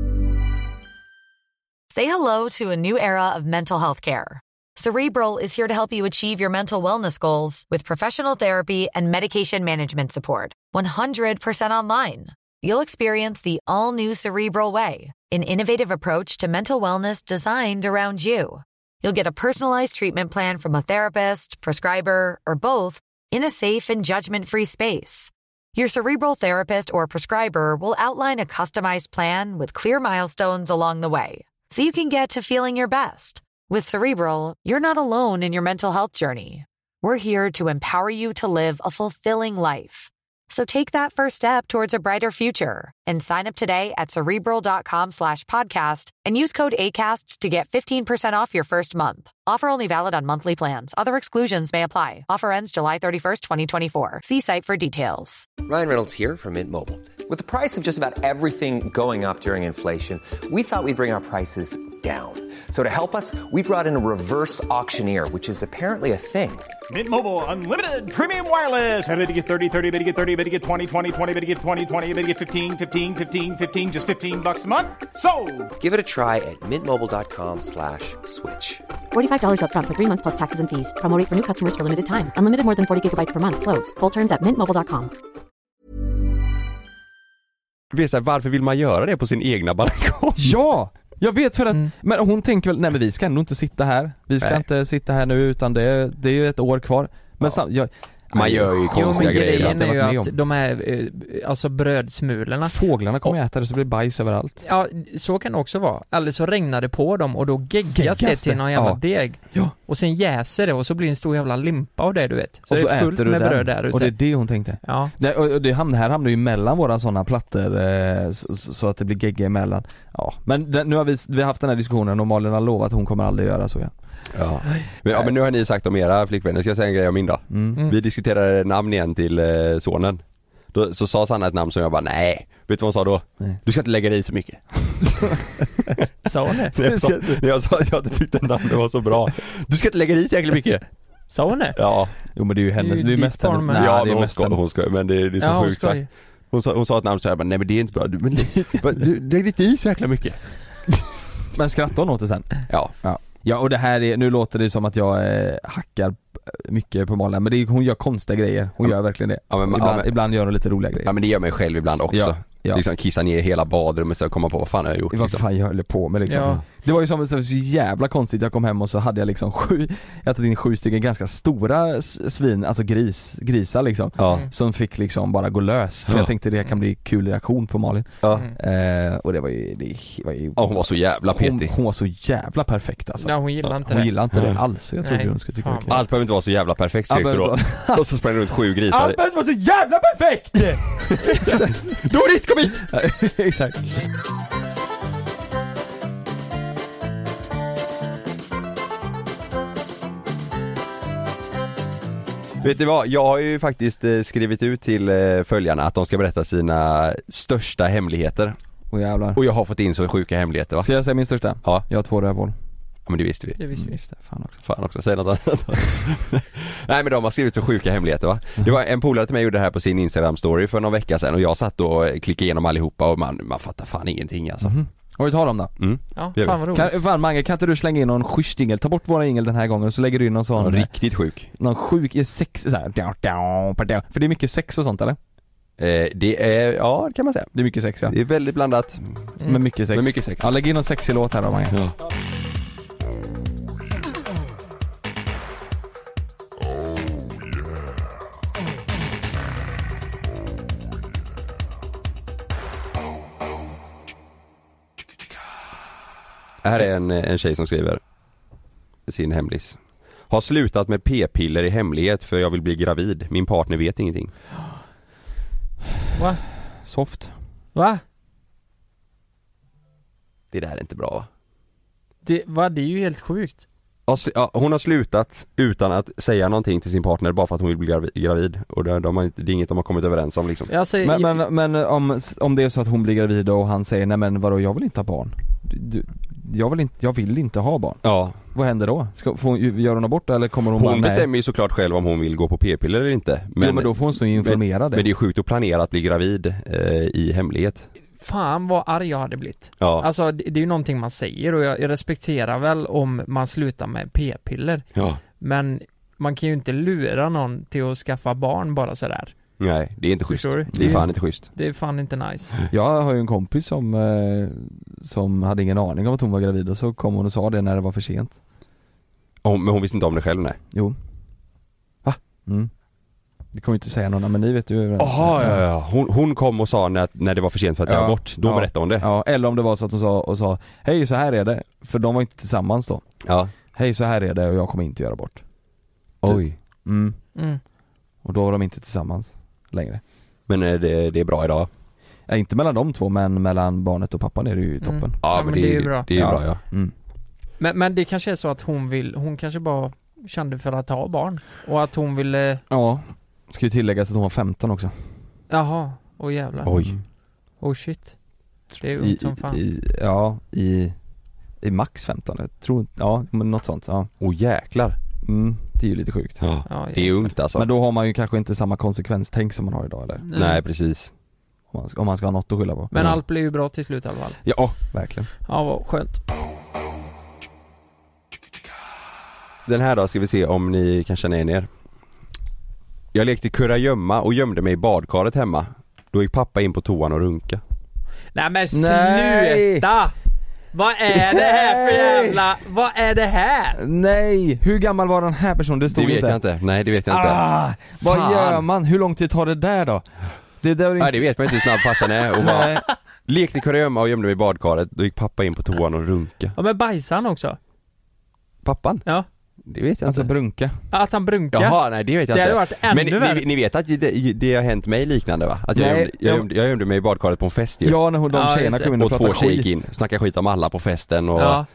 [SPEAKER 5] Say hello to a new era of mental health care. Cerebral is here to help you achieve your mental wellness goals with professional therapy and medication management support. 100% online. You'll experience the all-new Cerebral Way, an innovative approach to mental wellness designed around you. You'll get a personalized treatment plan from a therapist, prescriber, or both in a safe and judgment-free space. Your Cerebral therapist or prescriber will outline a customized plan with clear milestones along the way, so you can get to feeling your best. With Cerebral, you're not alone in your mental health journey. We're here to empower you to live a fulfilling life. So take that first step towards a brighter future and sign up today at Cerebral.com/podcast and use code ACAST to get 15% off your first month. Offer only valid on monthly plans. Other exclusions may apply. Offer ends July 31st, 2024. See site for details.
[SPEAKER 6] Ryan Reynolds here from Mint Mobile. With the price of just about everything going up during inflation, we thought we'd bring our prices down. So to help us, we brought in a reverse auctioneer, which is apparently a thing.
[SPEAKER 7] Mint Mobile Unlimited Premium Wireless. How to get 30, 30, bit to get 30, bit to get 20, 20, 20, bit to get 20, 20, bit to get 15, 15, 15, 15, just $15 a month? Sold!
[SPEAKER 6] Give it a try at mintmobile.com/switch.
[SPEAKER 8] $45 up front for 3 months plus taxes and fees. Promo rate for new customers for limited time. Unlimited more than 40 gigabytes per month. Slows full terms at mintmobile.com.
[SPEAKER 1] Varför vill man göra det på sin egna balkong?
[SPEAKER 2] Ja! Jag vet för att, men hon tänker väl, nej men vi ska ändå inte sitta här. Vi ska inte sitta här nu utan det är ju ett år kvar. Men
[SPEAKER 1] man gör ju konstiga grejer.
[SPEAKER 3] Grejen är ju att de är, alltså brödsmulorna.
[SPEAKER 2] Fåglarna kommer äta det så blir bajs överallt.
[SPEAKER 3] Ja, så kan det också vara. Eller så regnar det på dem och då geggas det till någon jävla deg. Ja. Och sen jäser det och så blir det en stor jävla limpa av det, du vet. Så, och så det är fullt med bröd där ute.
[SPEAKER 2] Och det är det hon tänkte.
[SPEAKER 3] Ja.
[SPEAKER 2] Det här hamnar ju mellan våra sådana plattor så att det blir gegga emellan. Ja. Men nu har vi haft den här diskussionen och Malin har lovat att hon kommer aldrig göra så.
[SPEAKER 1] Ja. Men nu har ni sagt om era flickvänner. Ska jag säga en grej om min då? Vi diskuterade namn igen till sonen. Så sa Sanna ett namn som jag bara, nej. Vet du vad hon sa då? Nej. Du ska inte lägga dig i så mycket.
[SPEAKER 3] Sa hon det?
[SPEAKER 1] När jag sa att jag inte tyckte namnet var så bra. Du ska inte lägga dig i så jäkla mycket.
[SPEAKER 3] Sa hon det?
[SPEAKER 1] Ja.
[SPEAKER 2] Jo, men det är ju hennes, det är mest hennes.
[SPEAKER 1] Ja, men hon ska, men det är så sjukt sagt. Hon sa ett namn så jag bara, nej men det är inte bra. Du lägger inte i så jäkla mycket.
[SPEAKER 2] Men skrattar hon åt det sen?
[SPEAKER 1] Ja.
[SPEAKER 2] Ja, och det här är, nu låter det som att jag hackar mycket på Malin, men hon gör konstiga grejer. Hon gör verkligen det. Ja, ibland gör hon lite roliga grejer.
[SPEAKER 1] Ja, men det gör mig själv ibland också. Ja. Liksom kissa ner hela badrummet så komma på vad fan har jag gjort.
[SPEAKER 2] Vad fan jag höll på med liksom. Ja. Det var ju så jävla konstigt. Jag kom hem och så hade jag liksom 7 stycken ganska stora svin, alltså grisar liksom. Ja. Som fick liksom bara gå lös. För jag tänkte det kan bli kul reaktion på Malin. Ja. Och det var ju
[SPEAKER 1] hon var så jävla petig.
[SPEAKER 2] Hon var så jävla perfekt alltså.
[SPEAKER 3] Ja, hon gillade inte
[SPEAKER 2] det. Hon gillade inte det alls. Jag trodde hon skulle tycka det.
[SPEAKER 1] Allt behöver inte vara så jävla perfekt då. Och så sprang runt 7 grisar.
[SPEAKER 2] Allt behöver inte vara så jävla perfekt.
[SPEAKER 1] Dorit, kom hit!
[SPEAKER 2] Exakt.
[SPEAKER 1] Vet du vad, jag har ju faktiskt skrivit ut till följarna att de ska berätta sina största hemligheter.
[SPEAKER 2] jävlar.
[SPEAKER 1] Och jag har fått in så sjuka hemligheter va?
[SPEAKER 2] Ska jag säga min största?
[SPEAKER 1] Ja.
[SPEAKER 2] Jag har 2 rövhål.
[SPEAKER 1] Ja men det visste vi.
[SPEAKER 3] Det visste vi.
[SPEAKER 2] Fan också.
[SPEAKER 1] Säg något annat. Nej men de har skrivit så sjuka hemligheter va? Det var en polare till mig gjorde det här på sin Instagram-story för någon vecka sedan och jag satt och klickade igenom allihopa och man fattar fan ingenting alltså.
[SPEAKER 2] Har vi tar dem då?
[SPEAKER 3] Ja, fan vad roligt.
[SPEAKER 2] Fan Mange, kan inte du slänga in någon schysst jingel? Ta bort våra jingel den här gången och så lägger du in någon sån
[SPEAKER 1] riktigt sjuk.
[SPEAKER 2] Någon sjuk sex så här. För det är mycket sex och sånt eller?
[SPEAKER 1] Det är, ja det kan man säga.
[SPEAKER 2] Det är mycket sex ja.
[SPEAKER 1] Det är väldigt blandat.
[SPEAKER 2] Med mycket sex.
[SPEAKER 1] Med mycket sex.
[SPEAKER 2] Ja, lägg in någon sexig låt här då Mange.
[SPEAKER 1] Ja. Här är en tjej som skriver sin hemlis. Har slutat med p-piller i hemlighet för jag vill bli gravid. Min partner vet ingenting.
[SPEAKER 3] Va?
[SPEAKER 2] Soft.
[SPEAKER 3] Va?
[SPEAKER 1] Det där är inte bra va?
[SPEAKER 3] Det är ju helt sjukt.
[SPEAKER 1] Hon har slutat utan att säga någonting till sin partner bara för att hon vill bli gravid. Och det är inget de har kommit överens om liksom.
[SPEAKER 2] Men om det är så att hon blir gravid och han säger nej men vadå, jag vill inte ha barn. Jag vill inte ha barn.
[SPEAKER 1] Ja.
[SPEAKER 2] Vad händer då? Gör hon abort eller kommer hon bara
[SPEAKER 1] Hon bestämmer ju såklart själv om hon vill gå på p-piller eller inte.
[SPEAKER 2] Men då får hon så informerad.
[SPEAKER 1] Men det är sjukt att planera att bli gravid i hemlighet.
[SPEAKER 3] Fan vad arg jag hade blivit.
[SPEAKER 1] Ja.
[SPEAKER 3] Alltså det är ju någonting man säger och jag respekterar väl om man slutar med p-piller.
[SPEAKER 1] Ja.
[SPEAKER 3] Men man kan ju inte lura någon till att skaffa barn bara sådär.
[SPEAKER 1] Nej, det är inte schysst. Det är fan inte schysst.
[SPEAKER 3] Det är fan inte nice.
[SPEAKER 2] Jag har ju en kompis som hade ingen aning om att hon var gravid och så kom hon och sa det när det var för sent.
[SPEAKER 1] Men hon visste inte om det själv, nej?
[SPEAKER 2] Jo.
[SPEAKER 1] Va?
[SPEAKER 2] Det kommer inte säga någon, men ni vet ju.
[SPEAKER 1] Jaha, ja. Hon kom och sa när det var för sent för att göra bort. Då berättade hon det.
[SPEAKER 2] Ja, eller om det var så att hon sa hej så här är det. För de var inte tillsammans då.
[SPEAKER 1] Ja.
[SPEAKER 2] Hej så här är det och jag kommer inte göra bort.
[SPEAKER 1] Oj.
[SPEAKER 2] Och då var de inte tillsammans längre.
[SPEAKER 1] Men det är bra idag?
[SPEAKER 2] Ja, inte mellan de två, men mellan barnet och pappan är det ju toppen.
[SPEAKER 1] Ja, men det är bra. Det är bra, ja.
[SPEAKER 3] Men det kanske är så att hon kanske bara kände för att ha barn. Och att hon ville...
[SPEAKER 2] Ja, ska ju tilläggas att hon var 15 också.
[SPEAKER 3] Jaha, jävlar.
[SPEAKER 1] Oj.
[SPEAKER 3] Shit. Det är ungt som fan.
[SPEAKER 2] I max 15, jag tror, men något sånt, ja.
[SPEAKER 1] Jäklar.
[SPEAKER 2] Det är ju lite sjukt.
[SPEAKER 1] Ja, det är ungt alltså.
[SPEAKER 2] Men då har man ju kanske inte samma konsekvenstänk som man har idag, eller?
[SPEAKER 1] Nej, precis.
[SPEAKER 2] Om man ska ha något att skylla på.
[SPEAKER 3] Men allt blir ju bra till slut i alla fall.
[SPEAKER 2] Ja, verkligen.
[SPEAKER 3] Ja, vad skönt.
[SPEAKER 1] Den här då ska vi se om ni kan känna igen er. Jag lekte kurragömma och gömde mig i badkaret hemma. Då gick pappa in på toan och runka.
[SPEAKER 3] Nej men sluta! Vad är det här för jävla... Vad är det här?
[SPEAKER 2] Nej, hur gammal var den här personen? Det stod
[SPEAKER 1] inte.
[SPEAKER 2] Det vet
[SPEAKER 1] jag inte. Nej, det vet jag inte.
[SPEAKER 2] Vad gör man? Hur lång tid tar det där då?
[SPEAKER 1] Nej, det vet man inte hur snabb farsan är. Och lekte kurragömma och gömde mig i badkaret. Då gick pappa in på toan och runka.
[SPEAKER 3] Ja, men bajsade han också?
[SPEAKER 1] Pappan?
[SPEAKER 3] Ja.
[SPEAKER 1] Det vet jag
[SPEAKER 2] alltså
[SPEAKER 1] inte.
[SPEAKER 2] Brunka.
[SPEAKER 3] Att han brunkar?
[SPEAKER 1] Jaha, nej det vet jag inte.
[SPEAKER 3] Det hade varit ännu värre.
[SPEAKER 1] Men ni vet att det har hänt mig liknande va? Att jag gömde mig i badkaret på en fest ju.
[SPEAKER 2] Ja, när de tjejerna kom in och pratade skit.
[SPEAKER 1] 2 tjejer gick in, snackade skit om alla på festen och... Ja.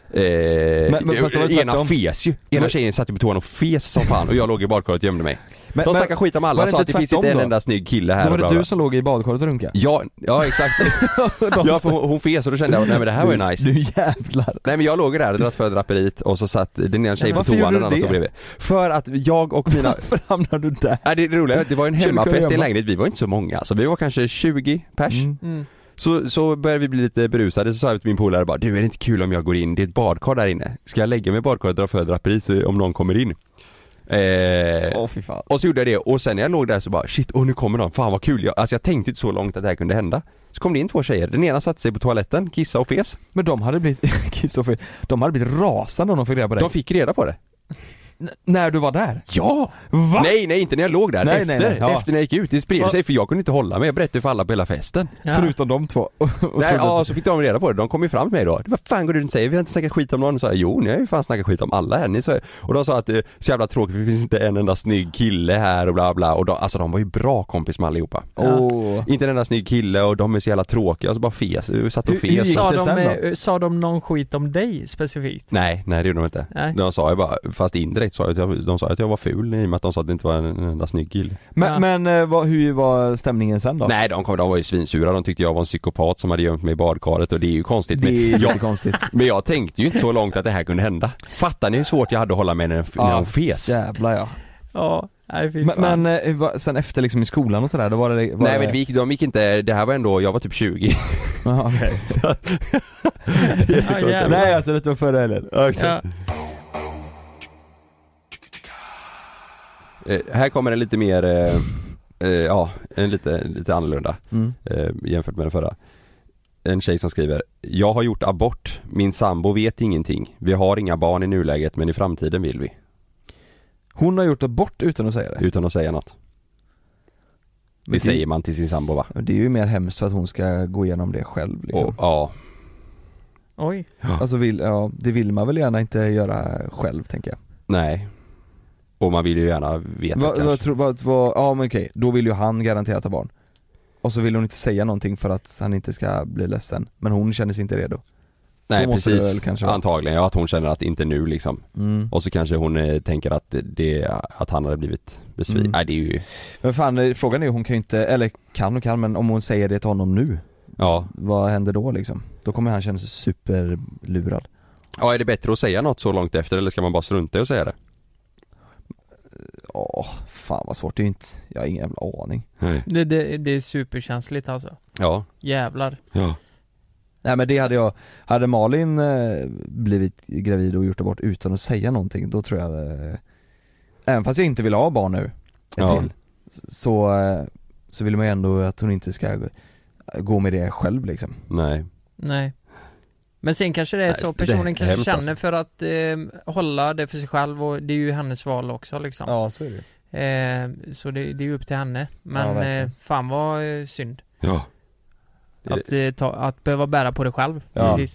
[SPEAKER 1] Ena fes ju. Ena tjejen satt på toan och fes som fan och jag låg i badkaret och gömde mig. De snackade skit om alla och sa att det finns inte en enda snygg kille här.
[SPEAKER 2] Då var det du som låg i badkaret och runka?
[SPEAKER 1] Ja exakt. Hon fes och då kände jag, nej men det här var ju nice.
[SPEAKER 2] Du jävlar.
[SPEAKER 1] Nej men jag låg där och dratt för draperiet och så satt den ena tjejen på toan och den andra stod bredvid. För att jag och mina...
[SPEAKER 2] Varför hamnade du där?
[SPEAKER 1] Nej, det är roligt, det var en hemmafest i en lägenhet, vi var inte så många. Så vi var kanske 20 pers. Så började vi bli lite berusade, så sa jag till min polare bara, du är det inte kul om jag går in, det är ett badkar där inne. Ska jag lägga mig i badkaret och dra för draperiet om någon kommer in?
[SPEAKER 2] Fy fan.
[SPEAKER 1] Och så gjorde jag det, och sen när jag låg där så bara, shit, nu kommer någon, fan vad kul. Jag tänkte inte så långt att det här kunde hända. Så kom det in 2 tjejer, den ena satte sig på toaletten, kissa och fes.
[SPEAKER 2] Men de hade blivit rasande om de fick reda på det.
[SPEAKER 1] De fick reda på det.
[SPEAKER 2] När du var där?
[SPEAKER 1] Ja! Va? Nej, inte när jag låg där. Efter när jag gick ut, det spred sig för jag kunde inte hålla mig. Jag berättade för alla på hela festen.
[SPEAKER 2] Ja. Förutom de 2.
[SPEAKER 1] Så fick de reda på det. De kom ju fram till mig då. Vad fan går du inte säga? Vi har inte snackat skit om någon. Och så, jo, ni har ju fan snackat skit om alla här. Och de sa att det är så jävla tråkigt för det finns inte en enda snygg kille här och bla bla. Och de var ju bra kompis med allihopa. Inte en enda snygg kille och de är så jävla tråkiga. Och så bara satt och fes.
[SPEAKER 3] Sa de någon skit om dig specifikt?
[SPEAKER 1] Nej, det gjorde de inte. Nej. De sa ju bara, fast indirekt direkt sa att de sa att jag var ful i och med att de sa att det inte var en enda snygg kille.
[SPEAKER 2] Men hur var stämningen sen då?
[SPEAKER 1] Nej, de var ju svinsura. De tyckte jag var en psykopat som hade gömt mig i badkaret och det är ju konstigt.
[SPEAKER 2] Det är ju konstigt.
[SPEAKER 1] Men jag tänkte ju inte så långt att det här kunde hända. Fattar ni hur svårt jag hade att hålla mig när de fes?
[SPEAKER 2] Jävlar ja.
[SPEAKER 3] Ja.
[SPEAKER 2] Men sen efter liksom i skolan och sådär, då var det...
[SPEAKER 1] Nej men de gick inte, det här var ändå, jag var typ 20.
[SPEAKER 2] Jaha, okej. Nej alltså det var förra helgen.
[SPEAKER 1] Okay. Här kommer en lite mer, en lite annorlunda jämfört med den förra. En tjej som skriver: jag har gjort abort, min sambo vet ingenting. Vi har inga barn i nuläget men i framtiden vill vi.
[SPEAKER 2] Hon har gjort abort utan att säga det?
[SPEAKER 1] Utan att säga något. Det säger man till sin sambo va?
[SPEAKER 2] Det är ju mer hemskt för att hon ska gå igenom det själv liksom.
[SPEAKER 1] Ja.
[SPEAKER 3] Oj.
[SPEAKER 2] Alltså det vill man väl gärna inte göra själv tänker jag.
[SPEAKER 1] Nej. Och man vill ju gärna veta kanske.
[SPEAKER 2] Ja men okej, då vill ju han garanterat ha barn. Och så vill hon inte säga någonting för att han inte ska bli ledsen. Men hon känner sig inte redo.
[SPEAKER 1] Nej
[SPEAKER 2] så
[SPEAKER 1] precis,
[SPEAKER 2] kanske
[SPEAKER 1] antagligen att hon känner att inte nu liksom. Och så kanske hon tänker att han hade blivit besviken. Nej det är ju...
[SPEAKER 2] Men fan, frågan är ju, hon kan ju inte, eller kan, men om hon säger det till honom nu, vad händer då liksom? Då kommer han känna sig superlurad.
[SPEAKER 1] Ja, är det bättre att säga något så långt efter eller ska man bara strunta i att säga det?
[SPEAKER 2] Fan vad svårt, det är inte, jag har ingen jävla aning.
[SPEAKER 1] Nej.
[SPEAKER 3] Det är superkänsligt alltså.
[SPEAKER 1] Ja.
[SPEAKER 3] Jävlar.
[SPEAKER 1] Ja.
[SPEAKER 2] Nej men det hade Malin blivit gravid och gjort abort utan att säga någonting, då tror jag även fast jag inte vill ha barn nu till, så vill man ju ändå att hon inte ska gå med det själv liksom.
[SPEAKER 3] Nej. Men sen kanske det är så personen kanske känner för att hålla det för sig själv, och det är ju hennes val också liksom.
[SPEAKER 2] Ja, så är det.
[SPEAKER 3] Så det är ju upp till henne. Men fan vad synd.
[SPEAKER 1] Ja.
[SPEAKER 3] Att behöva bära på det själv.
[SPEAKER 2] Ja.
[SPEAKER 3] Precis.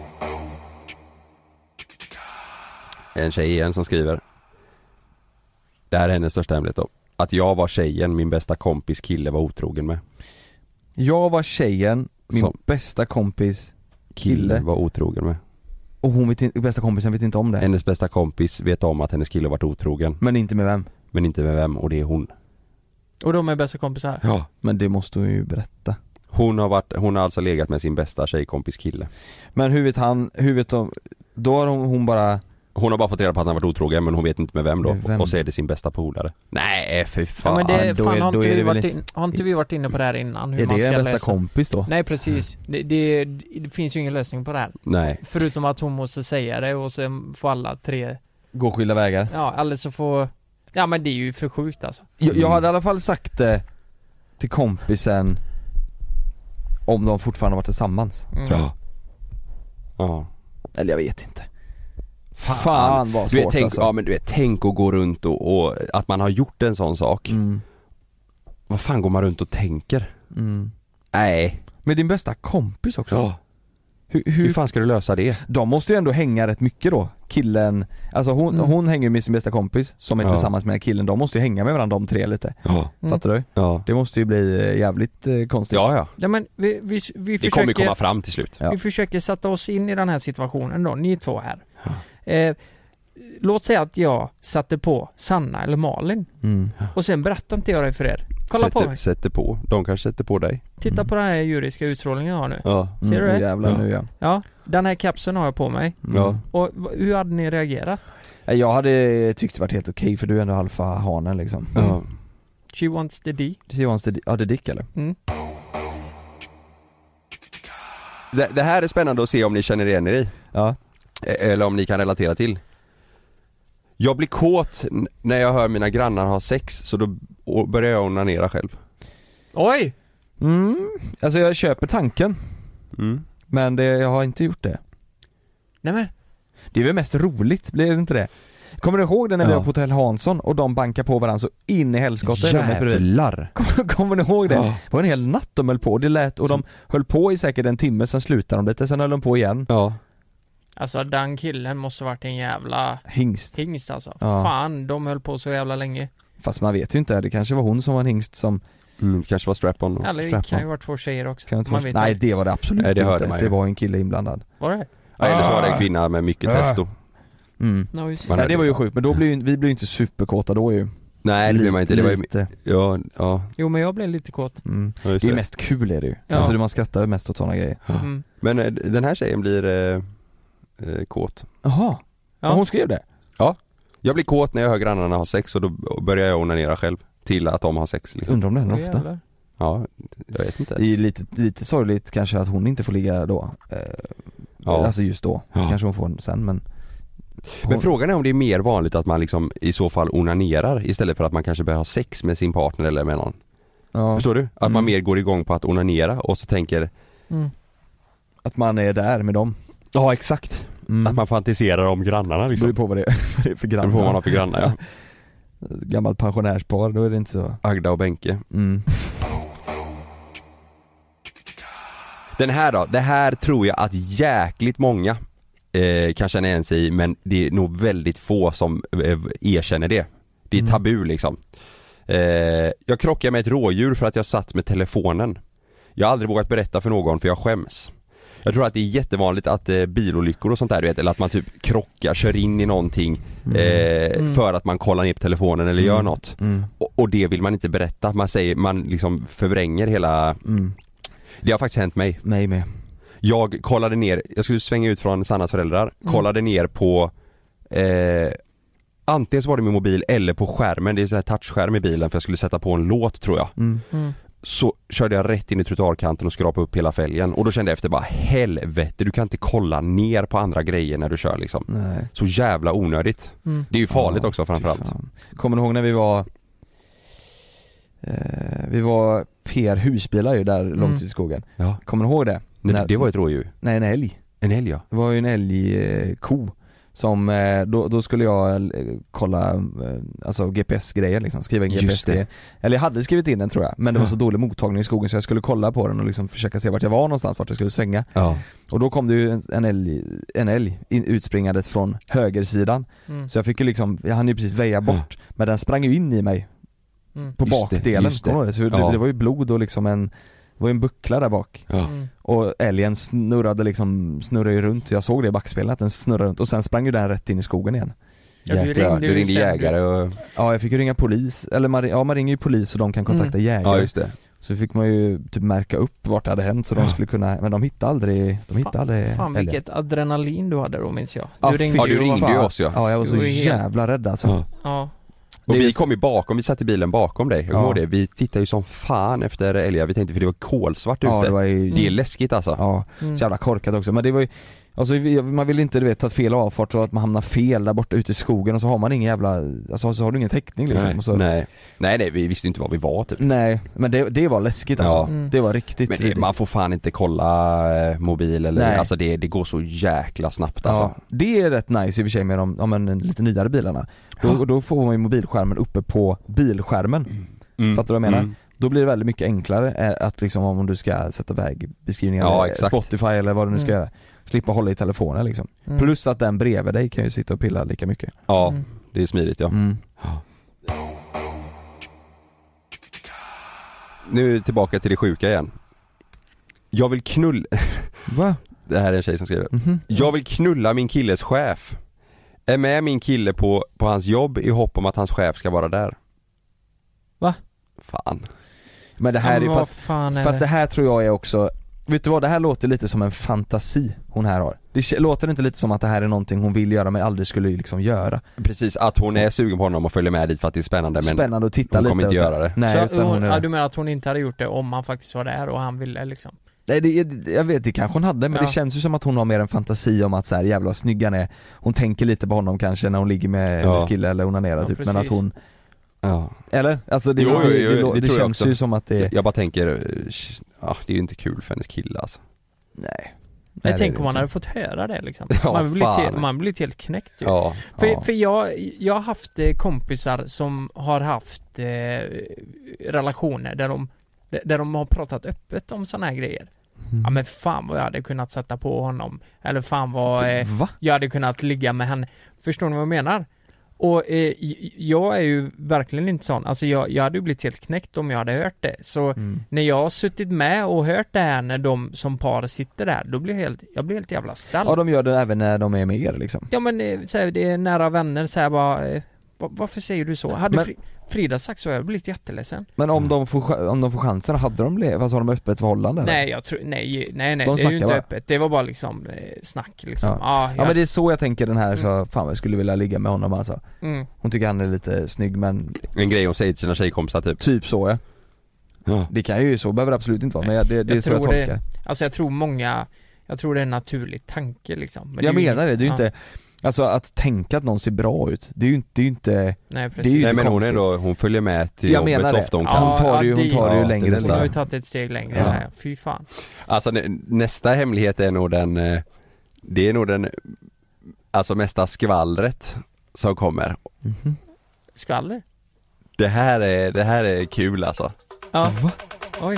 [SPEAKER 1] En tjej igen som skriver: det här är hennes största hemlighet då. Att jag var tjejen min bästa kompis kille var otrogen med.
[SPEAKER 2] Jag var tjejen min bästa kompis kille
[SPEAKER 1] var otrogen med.
[SPEAKER 2] Och hon bästa kompisen vet inte om det.
[SPEAKER 1] Hennes bästa kompis vet om att hennes kille varit otrogen.
[SPEAKER 2] Men inte med vem? Och det är hon.
[SPEAKER 3] Och de är bästa kompisar?
[SPEAKER 1] Ja.
[SPEAKER 2] Men det måste hon ju berätta.
[SPEAKER 1] Hon har alltså legat med sin bästa tjejkompis kille.
[SPEAKER 2] Men hur vet de? Då har hon bara...
[SPEAKER 1] Hon har bara fått reda på att han varit otrogen, men hon vet inte med vem då. Och så är det sin bästa polare. Nej, för fan.
[SPEAKER 3] Ja, men har inte vi varit inne på det här innan? Hur
[SPEAKER 2] är
[SPEAKER 3] man
[SPEAKER 2] det
[SPEAKER 3] ska
[SPEAKER 2] en bästa kompis då?
[SPEAKER 3] Nej, precis. Det finns ju ingen lösning på det här.
[SPEAKER 1] Nej.
[SPEAKER 3] Förutom att hon måste säga det och sen får alla tre
[SPEAKER 2] gå skilda vägar.
[SPEAKER 3] Ja, eller så får... Ja, men det är ju för sjukt alltså.
[SPEAKER 2] Jag hade i alla fall sagt det till kompisen om de fortfarande varit tillsammans, tror jag. Ja. Eller jag vet inte. Fan vad svårt alltså.
[SPEAKER 1] Ja men du vet, tänk att gå runt och att man har gjort en sån sak. Vad fan går man runt och tänker? Nej.
[SPEAKER 2] Med din bästa kompis också?
[SPEAKER 1] Ja. Hur fan ska du lösa det?
[SPEAKER 2] De måste ju ändå hänga rätt mycket då. Killen, alltså hon hänger med sin bästa kompis som är tillsammans med killen. De måste ju hänga med varandra de tre lite. Fattar du?
[SPEAKER 1] Ja.
[SPEAKER 2] Det måste ju bli jävligt konstigt.
[SPEAKER 3] Ja men vi försöker...
[SPEAKER 1] Det kommer komma fram till slut.
[SPEAKER 3] Vi försöker sätta oss in i den här situationen då, ni två här. Låt säga att jag satte på Sanna eller Malin och sen berättar inte jag det för er. Kolla på mig.
[SPEAKER 1] Sätter på. De kanske sätter på dig.
[SPEAKER 3] Titta på den här juridiska utstrålningen jag har nu.
[SPEAKER 1] Ja.
[SPEAKER 3] Ser du det?
[SPEAKER 2] Jävlar nu
[SPEAKER 3] Ja, den här kapseln har jag på mig.
[SPEAKER 1] Ja.
[SPEAKER 3] Och hur hade ni reagerat?
[SPEAKER 2] Jag hade tyckt det varit helt okej, för du är ändå alfa-hanen liksom.
[SPEAKER 3] She wants the D.
[SPEAKER 2] She wants the D. Ja, det är dick eller?
[SPEAKER 1] Det här är spännande att se om ni känner igen er i.
[SPEAKER 2] Ja.
[SPEAKER 1] Eller om ni kan relatera till. Jag blir kåt när jag hör mina grannar ha sex, så då börjar jag onanera själv.
[SPEAKER 3] Oj!
[SPEAKER 2] Alltså jag köper tanken. Men jag har inte gjort det.
[SPEAKER 3] Nej men.
[SPEAKER 2] Det är väl mest roligt, blir det inte det? Kommer du ihåg det när vi var på Hotell Hansson och de bankar på varandra så in i helskotta?
[SPEAKER 1] Jävlar!
[SPEAKER 2] Kommer du ihåg det? Det var en hel natt de höll på, det lät, och de höll på i säkert en timme, sen slutade de lite, sen höll de på igen.
[SPEAKER 1] Ja.
[SPEAKER 3] Alltså den killen måste varit en jävla
[SPEAKER 2] hingst
[SPEAKER 3] alltså. Fan, de höll på så jävla länge.
[SPEAKER 2] Fast man vet ju inte, det kanske var hon som var en hingst som
[SPEAKER 1] kanske var strap-on då.
[SPEAKER 3] Eller det kan ju vara två tjejer också.
[SPEAKER 2] Nej, det var det absolut
[SPEAKER 1] det hörde
[SPEAKER 2] inte.
[SPEAKER 1] Man
[SPEAKER 2] det var en kille inblandad.
[SPEAKER 3] Var det?
[SPEAKER 1] Ja, eller så var det en kvinna med mycket testo.
[SPEAKER 2] Nej, det var ju sjukt, men då blir vi blir inte superkåta då ju.
[SPEAKER 1] Nej, det blir man inte. Det var ju, ja.
[SPEAKER 3] Jo, men jag blev lite kåt.
[SPEAKER 2] Det är mest kul är det ju. Ja. Alltså man skrattar mest åt sådana grejer.
[SPEAKER 1] Men den här tjejen blir kåt.
[SPEAKER 2] Jaha. Ja. Hon skrev det?
[SPEAKER 1] Ja. Jag blir kåt när jag hör grannarna ha sex och då börjar jag onanera själv till att de har sex liksom.
[SPEAKER 2] Undrar om det händer ofta.
[SPEAKER 1] Ja, jag vet inte.
[SPEAKER 2] Det är lite sorgligt kanske att hon inte får ligga då. Alltså just då. Kanske hon får sen, men
[SPEAKER 1] frågan är om det är mer vanligt att man liksom i så fall onanerar istället för att man kanske börjar ha sex med sin partner eller med någon. Ja. Förstår du? Att man mer går igång på att onanera och så tänker
[SPEAKER 2] att man är där med dem.
[SPEAKER 1] Ja, exakt. Att man fantiserar om grannarna liksom.
[SPEAKER 2] Det beror på vad det är för grannar.
[SPEAKER 1] Det får man ha för grannar, ja.
[SPEAKER 2] Gammalt pensionärspar, då är det inte så.
[SPEAKER 1] Agda och Benke. Den här då, det här tror jag att jäkligt många kan känna igen sig i, men det är nog väldigt få som erkänner det. Det är tabu liksom. Jag krockade med ett rådjur för att jag satt med telefonen. Jag har aldrig vågat berätta för någon för jag skäms. Jag tror att det är jättevanligt att bilolyckor och sånt där, du vet, eller att man typ krockar, kör in i någonting för att man kollar ner på telefonen eller gör något. Och det vill man inte berätta. Man liksom förvränger hela... Det har faktiskt hänt mig.
[SPEAKER 2] Mig med.
[SPEAKER 1] Jag kollade ner, jag skulle svänga ut från Sannas föräldrar, kollade ner på antingen så var det min mobil eller på skärmen, det är så här touchskärm i bilen för jag skulle sätta på en låt tror jag. Så körde jag rätt in i trottoarkanten och skrapade upp hela fälgen och då kände jag efter bara helvete, du kan inte kolla ner på andra grejer när du kör liksom. Nej. Så jävla onödigt. Det är ju farligt också framförallt.
[SPEAKER 2] Kommer du ihåg när vi var PR husbilar ju där långt i skogen. Ja. Kommer du ihåg det?
[SPEAKER 1] Det var ett rådjur.
[SPEAKER 2] Nej, en älg.
[SPEAKER 1] En älg, ja.
[SPEAKER 2] Det var ju en älgko som då skulle jag kolla alltså GPS-grejer liksom, skriva in GPS-grejer. Eller jag hade skrivit in den tror jag, men det var så dålig mottagning i skogen så jag skulle kolla på den och liksom försöka se vart jag var någonstans, vart jag skulle svänga. Ja. Och då kom det ju en älg utspringandes från högersidan. Så jag fick ju liksom, jag hann ju precis väja bort, men den sprang ju in i mig på bakdelen. Så det var ju blod och liksom det var en buckla där bak. Och älgen snurrade ju runt. Jag såg det i backspelet att den snurrade runt och sen sprang ju den rätt in i skogen igen.
[SPEAKER 1] Jäklar, du ringde jägare och...
[SPEAKER 2] Ja, jag fick ju ringa polis. Eller man ringer ju polis och de kan kontakta jägare.
[SPEAKER 1] Ja, just det.
[SPEAKER 2] Så fick man ju typ märka upp vart det hade hänt så de skulle kunna, men de hittade aldrig
[SPEAKER 3] Fan vilket adrenalin du hade då, minns jag.
[SPEAKER 1] Du ringde ju oss, ja.
[SPEAKER 2] Ja, jag var så jävla rädd alltså.
[SPEAKER 3] Ja.
[SPEAKER 1] Och vi kom ju bakom, vi satt i bilen bakom dig. Det. Vi tittade ju som fan efter älgar. Vi tänkte för det var kolsvart ute. Det är läskigt alltså.
[SPEAKER 2] Ja, så jävla korkat också. Men det var ju, alltså man vill inte ta fel avfart så att man hamnar fel där borta ute i skogen och så har man ingen jävla, alltså så har du ingen täckning liksom.
[SPEAKER 1] Nej,
[SPEAKER 2] och så...
[SPEAKER 1] nej, vi visste inte var vi var typ.
[SPEAKER 2] Nej, men det var läskigt alltså. Det var riktigt.
[SPEAKER 1] Men man får fan inte kolla mobil eller, alltså det går så jäkla snabbt alltså.
[SPEAKER 2] Ja, det är rätt nice i och för sig med de lite nyare bilarna. Då får man ju mobilskärmen uppe på bilskärmen. Fattar du vad jag menar? Då blir det väldigt mycket enklare att liksom om du ska sätta vägbeskrivningar Spotify eller vad du nu ska göra. Slippa hålla i telefonen liksom. Plus att den bredvid dig kan ju sitta och pilla lika mycket.
[SPEAKER 1] Ja, det är smidigt ja. Nu tillbaka till det sjuka igen. Jag vill knulla...
[SPEAKER 2] Va?
[SPEAKER 1] Det här är en tjej som skriver. Jag vill knulla min killes chef. Är med min kille på hans jobb i hopp om att hans chef ska vara där.
[SPEAKER 3] Va?
[SPEAKER 1] Fan.
[SPEAKER 2] Men det här är fast det här tror jag är också, vet du vad, det här låter lite som en fantasi hon här har. Det låter inte lite som att det här är någonting hon vill göra men aldrig skulle liksom göra.
[SPEAKER 1] Precis, att hon är sugen på honom och följer med dit för att det är spännande.
[SPEAKER 2] Spännande att titta
[SPEAKER 1] hon
[SPEAKER 2] lite.
[SPEAKER 1] Hon kommer inte göra det.
[SPEAKER 2] Nej,
[SPEAKER 3] så du menar att hon inte hade gjort det om han faktiskt var där och han ville liksom?
[SPEAKER 2] Nej, jag vet, det kanske hon hade, men det känns ju som att hon har mer en fantasi om att så här jävla snygg han är. Hon tänker lite på honom kanske när hon ligger med en kille eller onanerar typ, men att hon eller? Alltså det känns ju som att det...
[SPEAKER 1] Jag bara tänker, det är ju inte kul för hennes kille alltså.
[SPEAKER 2] Nej.
[SPEAKER 3] Jag tänker om man hade fått höra det liksom. Man blir helt knäckt ju. För jag har haft kompisar som har haft relationer där de har pratat öppet om såna här grejer. Ja men fan vad jag hade kunnat sätta på honom. Eller fan vad jag hade kunnat ligga med henne. Förstår ni vad jag menar? Och jag är ju verkligen inte sån. Alltså jag hade ju blivit helt knäckt om jag hade hört det. Så när jag har suttit med och hört det här när de som par sitter där, då blir jag blir helt jävla stall.
[SPEAKER 2] Ja, de gör det även när de är med er liksom.
[SPEAKER 3] Ja, men så här, det är nära vänner så här bara, varför säger du så? Hade Frida sagt så, jag blivit jätteledsen.
[SPEAKER 2] Men om de får chansen, hade de alltså, har de öppet förhållande?
[SPEAKER 3] Nej, jag tror nej, det är ju inte öppet. Det var bara liksom snack liksom.
[SPEAKER 2] Ja, men det är så jag tänker den här så fan jag skulle vilja ligga med honom alltså. Hon tycker han är lite snygg, men
[SPEAKER 1] en grej hon säger till sina tjejkompisar typ
[SPEAKER 2] så ja. Det kan ju så, behöver absolut inte vara, men det är så jag tolkar.
[SPEAKER 3] Alltså jag tror det är en naturlig tanke liksom. Men
[SPEAKER 2] jag menar det är ju inte. Alltså att tänka att någon ser bra ut, det är ju inte
[SPEAKER 3] nej, precis.
[SPEAKER 2] Det är ju
[SPEAKER 1] nej, men hon följer med till
[SPEAKER 2] jag
[SPEAKER 1] jobbet så ofta hon kan.
[SPEAKER 2] Hon tar det ju längre.
[SPEAKER 3] Hon har ju tagit ett steg längre här. Fy fan.
[SPEAKER 1] Alltså nästa hemlighet är nog den alltså mesta skvallret som kommer.
[SPEAKER 3] Skvaller?
[SPEAKER 1] Det här är kul alltså.
[SPEAKER 3] Ja. Va? Oj.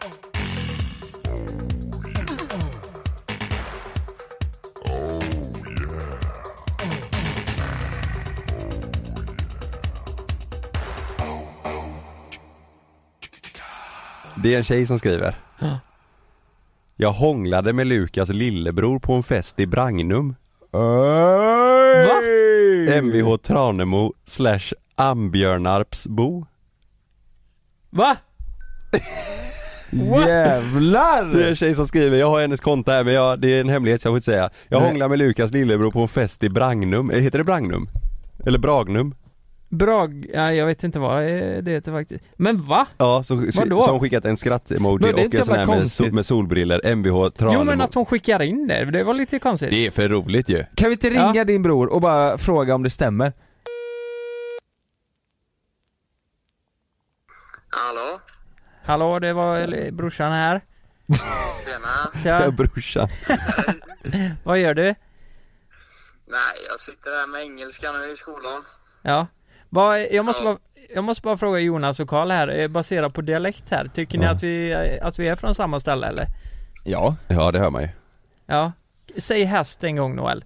[SPEAKER 1] Det är en tjej som skriver. Jag hånglade med Lukas lillebror på en fest i Bragnum.
[SPEAKER 3] Va?
[SPEAKER 1] Mvh Tranemo / Ambjörnarpsbo.
[SPEAKER 3] Va?
[SPEAKER 2] Jävlar!
[SPEAKER 1] Det är en tjej som skriver, jag har hennes konta här, men det är en hemlighet så jag får inte säga. Jag hånglade med Lukas lillebror på en fest i Bragnum. Heter det Bragnum? Eller Bragnum?
[SPEAKER 3] Jag vet inte vad det heter faktiskt. Men va?
[SPEAKER 1] Ja, så hon skickat en skratt-emoji och en sån här med solbriller, Mvh Tranemo.
[SPEAKER 3] Jo, men att hon skickar in det var lite konstigt.
[SPEAKER 1] Det är för roligt ju.
[SPEAKER 2] Kan vi inte ringa din bror och bara fråga om det stämmer?
[SPEAKER 3] Hallå, det var brorsan här.
[SPEAKER 9] Tjena.
[SPEAKER 1] Ja, brorsan.
[SPEAKER 3] Vad gör du?
[SPEAKER 9] Nej, jag sitter här med engelska nu i skolan.
[SPEAKER 3] Ja. Jag måste bara fråga Jonas och Karl här, baserat på dialekt här. Tycker ni att vi är från samma ställe eller?
[SPEAKER 1] Ja, det hör man ju.
[SPEAKER 3] Ja. Säg häst en gång, Noel.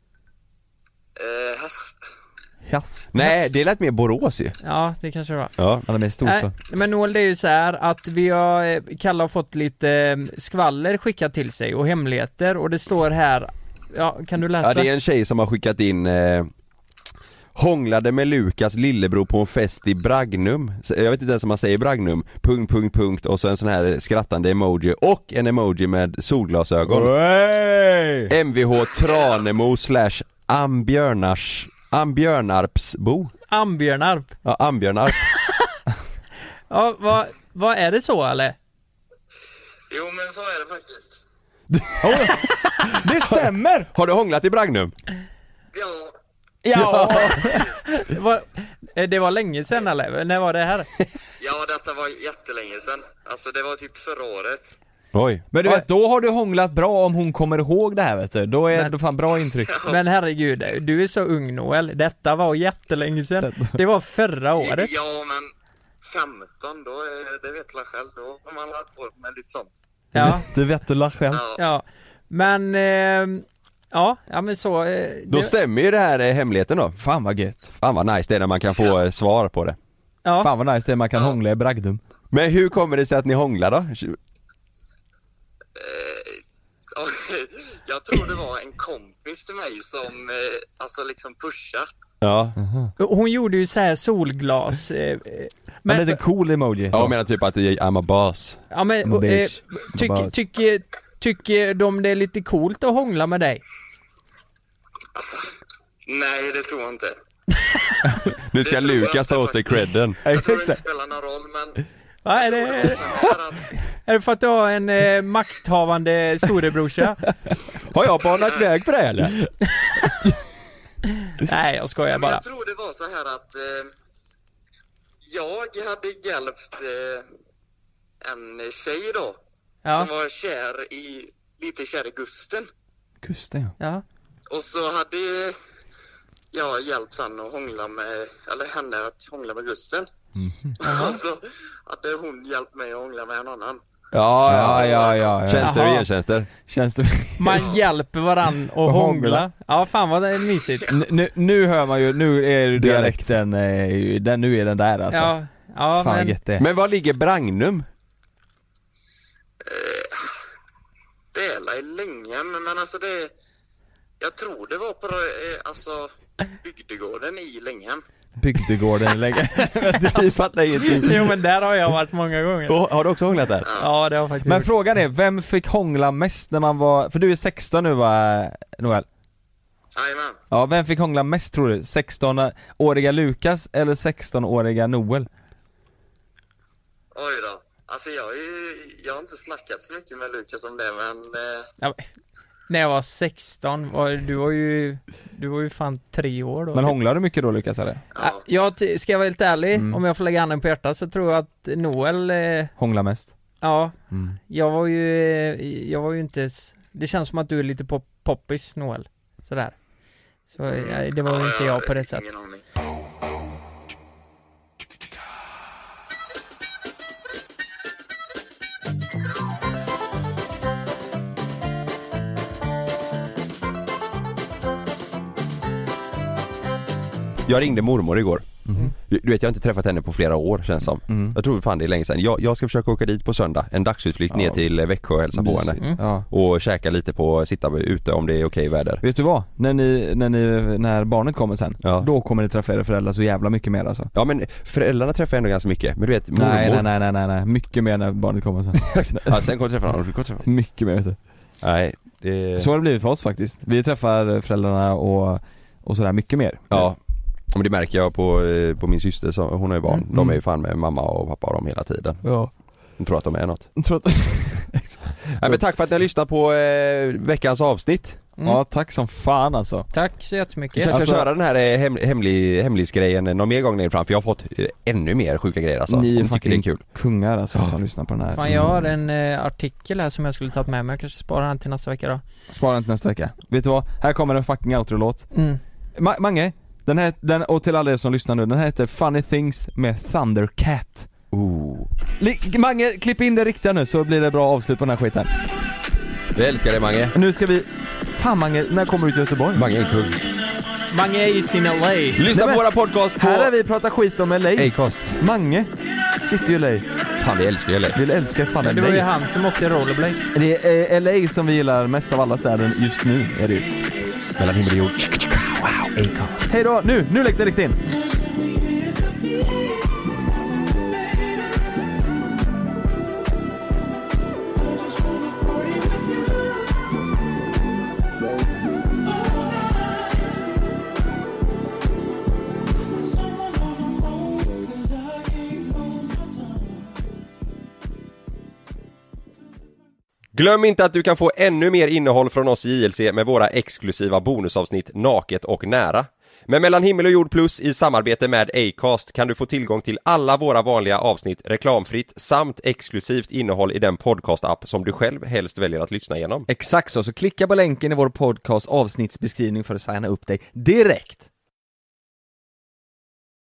[SPEAKER 9] Häst.
[SPEAKER 1] Nej, det lät mer Borås ju.
[SPEAKER 3] Ja, det kanske det var.
[SPEAKER 1] Ja,
[SPEAKER 2] han är med storstad.
[SPEAKER 3] Men Noel, det är ju så här att vi har Kalle har fått lite skvaller skickat till sig och hemligheter, och det står här, kan du läsa?
[SPEAKER 1] Ja, det är en tjej som har skickat in hånglade med Lukas lillebror på en fest i Bragnum. Jag vet inte ens om man säger Bragnum. ... och så en sån här skrattande emoji och en emoji med solglasögon. Mvh Tranemo / Ambjörnarpsbo.
[SPEAKER 3] Ambjörnarp.
[SPEAKER 1] Ja, Ambjörnarp.
[SPEAKER 3] Ja, vad är det så eller?
[SPEAKER 9] Jo, men så är det faktiskt.
[SPEAKER 2] Det stämmer.
[SPEAKER 1] Har du hånglat i Bragnum?
[SPEAKER 9] Ja.
[SPEAKER 3] Det var länge sedan eller? När var det här?
[SPEAKER 9] Ja, detta var jättelänge sedan. Alltså det var typ förra året.
[SPEAKER 1] Oj.
[SPEAKER 2] Men du vet, då har du hånglat bra om hon kommer ihåg det här, vet du. Då är det fan bra intryck.
[SPEAKER 3] Men herregud, du är så ung, Noel. Detta var jättelänge sedan. Det var förra året.
[SPEAKER 9] Ja, men 15 då, det vet jag själv. Då har man lärt på med lite sånt.
[SPEAKER 3] Ja.
[SPEAKER 2] Det vet du själv.
[SPEAKER 3] Ja. Men ja, men så
[SPEAKER 1] då stämmer ju det här hemligheten då.
[SPEAKER 2] Fan vad gött.
[SPEAKER 1] Fan vad nice det är när man kan få svar på det.
[SPEAKER 3] Ja.
[SPEAKER 2] Fan vad nice det är man kan hångla i Bragdum.
[SPEAKER 1] Men hur kommer det sig att ni hånglar då?
[SPEAKER 9] Jag tror det var en kompis till mig som alltså liksom pushar.
[SPEAKER 1] Ja.
[SPEAKER 3] Hon gjorde ju så här solglas.
[SPEAKER 2] Men lite cool emoji.
[SPEAKER 1] Ja, jag menar typ att I'm a boss.
[SPEAKER 3] Ja, men tycker de det är lite coolt att hångla med dig?
[SPEAKER 9] Nej, det tror jag inte.
[SPEAKER 1] Nu ska Lukas ta åt sig credden.
[SPEAKER 9] Jag tror det inte spelar någon roll, men
[SPEAKER 3] vad är det? Är det för att du har en makthavande storebrorsa?
[SPEAKER 1] Har jag banat väg för det eller?
[SPEAKER 3] Nej, jag skojar bara.
[SPEAKER 9] Jag tror det var så här att jag hade hjälpt en tjej då som var lite kär i Gusten.
[SPEAKER 2] Gusten,
[SPEAKER 3] ja.
[SPEAKER 9] Och så hade jag hjälpt han att hångla med, eller henne att hångla med Gusten. Och så hade hon hjälpt mig att hångla med en annan.
[SPEAKER 1] Ja. Tjänster och gentjänster.
[SPEAKER 3] Man hjälper varann och hångla. Ja, fan vad det är mysigt.
[SPEAKER 2] Nu hör man ju, nu är dialekten, nu är den där alltså.
[SPEAKER 3] Ja,
[SPEAKER 2] fan,
[SPEAKER 1] men var ligger Bragnum?
[SPEAKER 9] Det är länge, men alltså det... Jag tror det var på bygdegården i Länghem.
[SPEAKER 2] Bygdegården i Länghem.
[SPEAKER 1] Vi fattar ingenting.
[SPEAKER 3] Jo, men där har jag varit många gånger.
[SPEAKER 1] Har du också hånglat där?
[SPEAKER 3] Ja, det har faktiskt.
[SPEAKER 2] Men frågan är, vem fick hångla mest när man var... För du är 16 nu, va, Noel?
[SPEAKER 9] Jajamän.
[SPEAKER 2] Ja, vem fick hångla mest tror du? 16-åriga Lukas eller 16-åriga Noel?
[SPEAKER 9] Oj då. Alltså jag har inte snackat så mycket med Lukas om det, men...
[SPEAKER 3] När jag var 16, du var ju fan 3 år då.
[SPEAKER 2] Men hånglade du mycket då, Lukas, eller?
[SPEAKER 3] Ja. Ska jag vara helt ärlig, om jag får lägga handen på hjärtat, så tror jag att Noel...
[SPEAKER 2] hånglar mest?
[SPEAKER 3] Ja, jag var ju inte... Det känns som att du är lite poppis, Noel. Sådär. Så det var inte jag på det sättet.
[SPEAKER 1] Jag ringde mormor igår. Du vet, jag har inte träffat henne på flera år, känns som. Jag tror fan det är länge sedan. Jag ska försöka åka dit på söndag. En dagsutflykt ner till Växjö och hälsa på henne. Och käka lite sitta ute om det är okej väder.
[SPEAKER 2] Vet du vad? När barnet kommer sen, då kommer ni träffa era föräldrar så jävla mycket mer alltså.
[SPEAKER 1] Ja, men föräldrarna träffar ändå ganska mycket. Men du vet, mormor...
[SPEAKER 2] Nej. Mycket mer när barnet kommer sen.
[SPEAKER 1] Ja, sen kommer du träffa honom.
[SPEAKER 2] Mycket mer, vet du.
[SPEAKER 1] Nej,
[SPEAKER 2] så har det blivit för oss faktiskt. Vi träffar föräldrarna och sådär mycket mer.
[SPEAKER 1] Ja. Men det märker jag på min syster, så hon har ju barn. De är ju fan med mamma och pappa och dem hela tiden.
[SPEAKER 2] Ja.
[SPEAKER 1] De tror att de är något. Nej, men tack för att ni har lyssnat på veckans avsnitt.
[SPEAKER 2] Ja, tack som fan alltså.
[SPEAKER 3] Tack så jättemycket.
[SPEAKER 1] Jag kanske köra den här hemlisgrejen någon mer gång ner fram, för jag har fått ännu mer sjuka grejer alltså.
[SPEAKER 2] Ni är
[SPEAKER 1] fucking kul
[SPEAKER 2] kungar alltså som lyssnar på den här.
[SPEAKER 3] Fan, jag har en artikel här som jag skulle tagit med mig. Jag kanske sparar den till nästa vecka då.
[SPEAKER 2] Spara den till nästa vecka. Vet du vad? Här kommer en fucking outro-låt. Mange, den och till alla er som lyssnar nu, den här heter Funny Things med Thundercat. Mange, klipp in det riktiga nu så blir det bra avslut på den här skiten.
[SPEAKER 1] Vi älskar det, Mange.
[SPEAKER 2] Nu ska vi... Fan, Mange, när kommer du till Göteborg?
[SPEAKER 1] Mange är en kung.
[SPEAKER 3] Mange är i sin LA.
[SPEAKER 1] Lyssna på våra podcast på...
[SPEAKER 2] Här har vi pratat skit om LA.
[SPEAKER 1] Acast.
[SPEAKER 2] Mange sitter ju LA.
[SPEAKER 1] Fan, vi älskar LA.
[SPEAKER 2] Vi älskar fan LA.
[SPEAKER 3] Det var ju han som åkte rollerblades.
[SPEAKER 2] Det är LA som vi gillar mest av alla städer just nu, är det ju.
[SPEAKER 1] Mellan himmel och jord. Wow, Acast.
[SPEAKER 2] Hej då, nu lägger det riktigt in.
[SPEAKER 1] Glöm inte att du kan få ännu mer innehåll från oss i JLC med våra exklusiva bonusavsnitt Naket och nära. Med Mellan himmel och jord plus i samarbete med Acast kan du få tillgång till alla våra vanliga avsnitt reklamfritt samt exklusivt innehåll i den podcast-app som du själv helst väljer att lyssna igenom.
[SPEAKER 2] Exakt så klicka på länken i vår podcast avsnittsbeskrivning för att signa upp dig direkt.